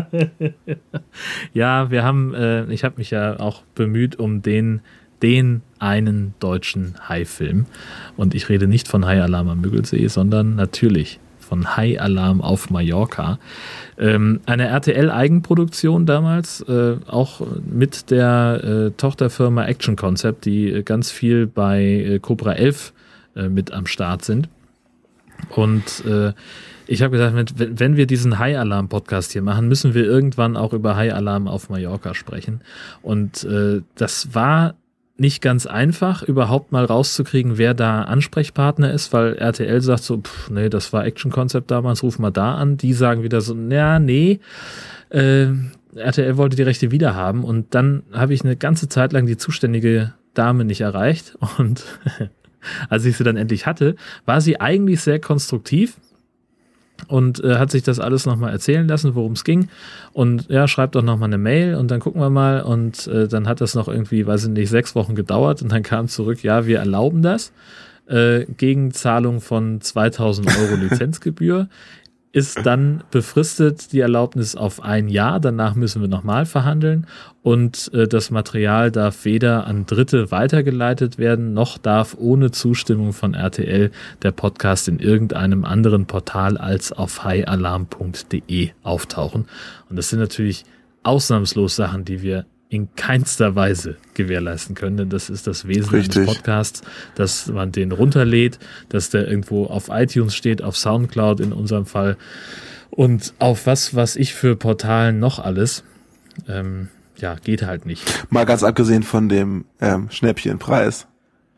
Ja, wir haben, ich habe mich ja auch bemüht um den einen deutschen Hai-Film. Und ich rede nicht von Hai Alarm am Müggelsee, sondern natürlich von Hai Alarm auf Mallorca. Eine RTL-Eigenproduktion damals, auch mit der Tochterfirma Action Concept, die ganz viel bei Cobra 11 mit am Start sind. Und ich habe gesagt, wenn wir diesen Hai Alarm Podcast hier machen, müssen wir irgendwann auch über Hai Alarm auf Mallorca sprechen. Und das war nicht ganz einfach, überhaupt mal rauszukriegen, wer da Ansprechpartner ist, weil RTL sagt so, nee, das war Action Concept damals, ruf mal da an. Die sagen wieder so, nee, RTL wollte die Rechte wieder haben. Und dann habe ich eine ganze Zeit lang die zuständige Dame nicht erreicht. Und als ich sie dann endlich hatte, war sie eigentlich sehr konstruktiv und hat sich das alles nochmal erzählen lassen, worum es ging. Und ja, schreibt doch nochmal eine Mail und dann gucken wir mal. Und dann hat das noch irgendwie, weiß ich nicht, 6 Wochen gedauert und dann kam zurück, ja, wir erlauben das. Gegen Zahlung von 2.000 € Lizenzgebühr. Ist dann befristet die Erlaubnis auf 1 Jahr. Danach müssen wir nochmal verhandeln. Und das Material darf weder an Dritte weitergeleitet werden, noch darf ohne Zustimmung von RTL der Podcast in irgendeinem anderen Portal als auf haialarm.de auftauchen. Und das sind natürlich ausnahmslos Sachen, die wir in keinster Weise gewährleisten können, denn das ist das Wesen eines Podcasts, dass man den runterlädt, dass der irgendwo auf iTunes steht, auf Soundcloud in unserem Fall und auf was ich für Portalen noch alles. Ja, geht halt nicht. Mal ganz abgesehen von dem Schnäppchenpreis.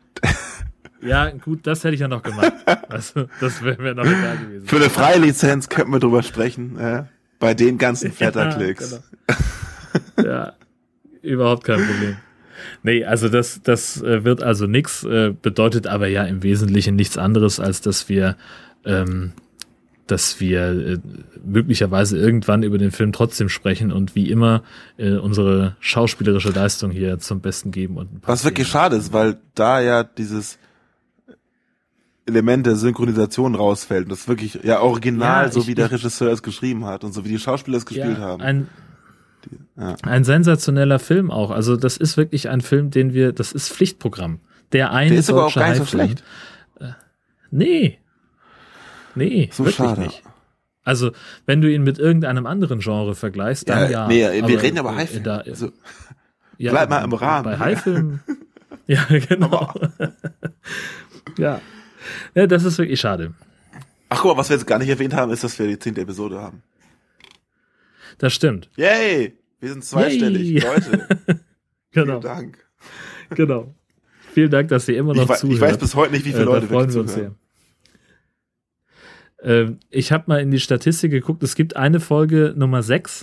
Ja, gut, das hätte ich ja noch gemacht. Also, das wäre mir noch egal gewesen. Für eine Freilizenz könnten wir drüber sprechen, bei den ganzen Flatterklicks. Ja, genau. Ja. Überhaupt kein Problem. Nee, also das wird also nix, bedeutet aber ja im Wesentlichen nichts anderes, als dass wir möglicherweise irgendwann über den Film trotzdem sprechen und wie immer unsere schauspielerische Leistung hier zum Besten geben. Und was wirklich schade ist, weil da ja dieses Element der Synchronisation rausfällt und das wirklich ja original, so wie der Regisseur es geschrieben hat und so wie die Schauspieler es gespielt haben. Ein sensationeller Film auch. Also das ist wirklich ein Film, das ist Pflichtprogramm. Der ist aber auch gar nicht so schlecht. Nee, so wirklich schade. Nicht. Also wenn du ihn mit irgendeinem anderen Genre vergleichst, dann ja. Nee, wir reden aber Haifilm. Also, bleib mal im Rahmen. Bei Haifilm. Ja, genau. Ja, das ist wirklich schade. Ach guck mal, was wir jetzt gar nicht erwähnt haben, ist, dass wir die 10. Episode haben. Das stimmt. Yay! Wir sind zweistellig, Leute. Genau. Vielen Dank. Genau. Vielen Dank, dass ihr immer noch zuhört. Ich weiß bis heute nicht, wie viele Leute freuen wir uns sehr. Ich habe mal in die Statistik geguckt, es gibt eine Folge Nummer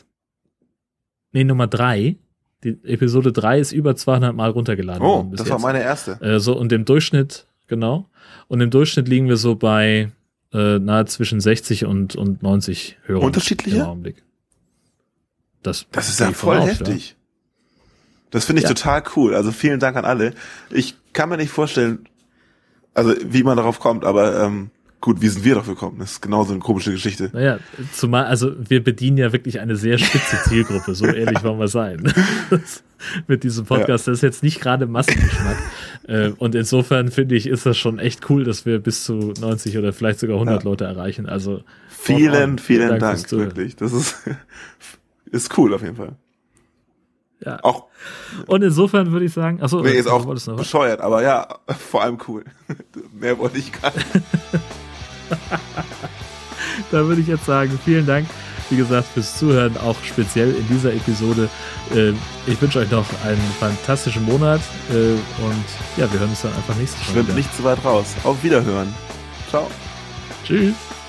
3. Die Episode 3 ist über 200 Mal runtergeladen worden. Oh, das war meine erste. So, und im Durchschnitt, genau. Und im Durchschnitt liegen wir so bei nahe zwischen 60 und 90 Hörern. Unterschiedliche? Im Augenblick. Das ist ja voll heftig. Ja. Das finde ich total cool. Also vielen Dank an alle. Ich kann mir nicht vorstellen, also wie man darauf kommt, aber gut, wie sind wir darauf gekommen? Das ist genauso eine komische Geschichte. Naja, zumal, also wir bedienen ja wirklich eine sehr spitze Zielgruppe, so ehrlich wollen wir sein. Mit diesem Podcast, das ist jetzt nicht gerade Massengeschmack. Und insofern finde ich, ist das schon echt cool, dass wir bis zu 90 oder vielleicht sogar 100 Leute erreichen. Also vielen Dank wirklich. Das ist cool auf jeden Fall. Ja. Auch. Und insofern würde ich sagen, achso, ist auch bescheuert, aber ja, vor allem cool. Mehr wollte ich gar nicht. Da würde ich jetzt sagen, vielen Dank, wie gesagt, fürs Zuhören, auch speziell in dieser Episode. Ich wünsche euch noch einen fantastischen Monat und ja, wir hören uns dann einfach nächstes Mal. Schwimmt nicht zu weit raus. Auf Wiederhören. Ciao. Tschüss.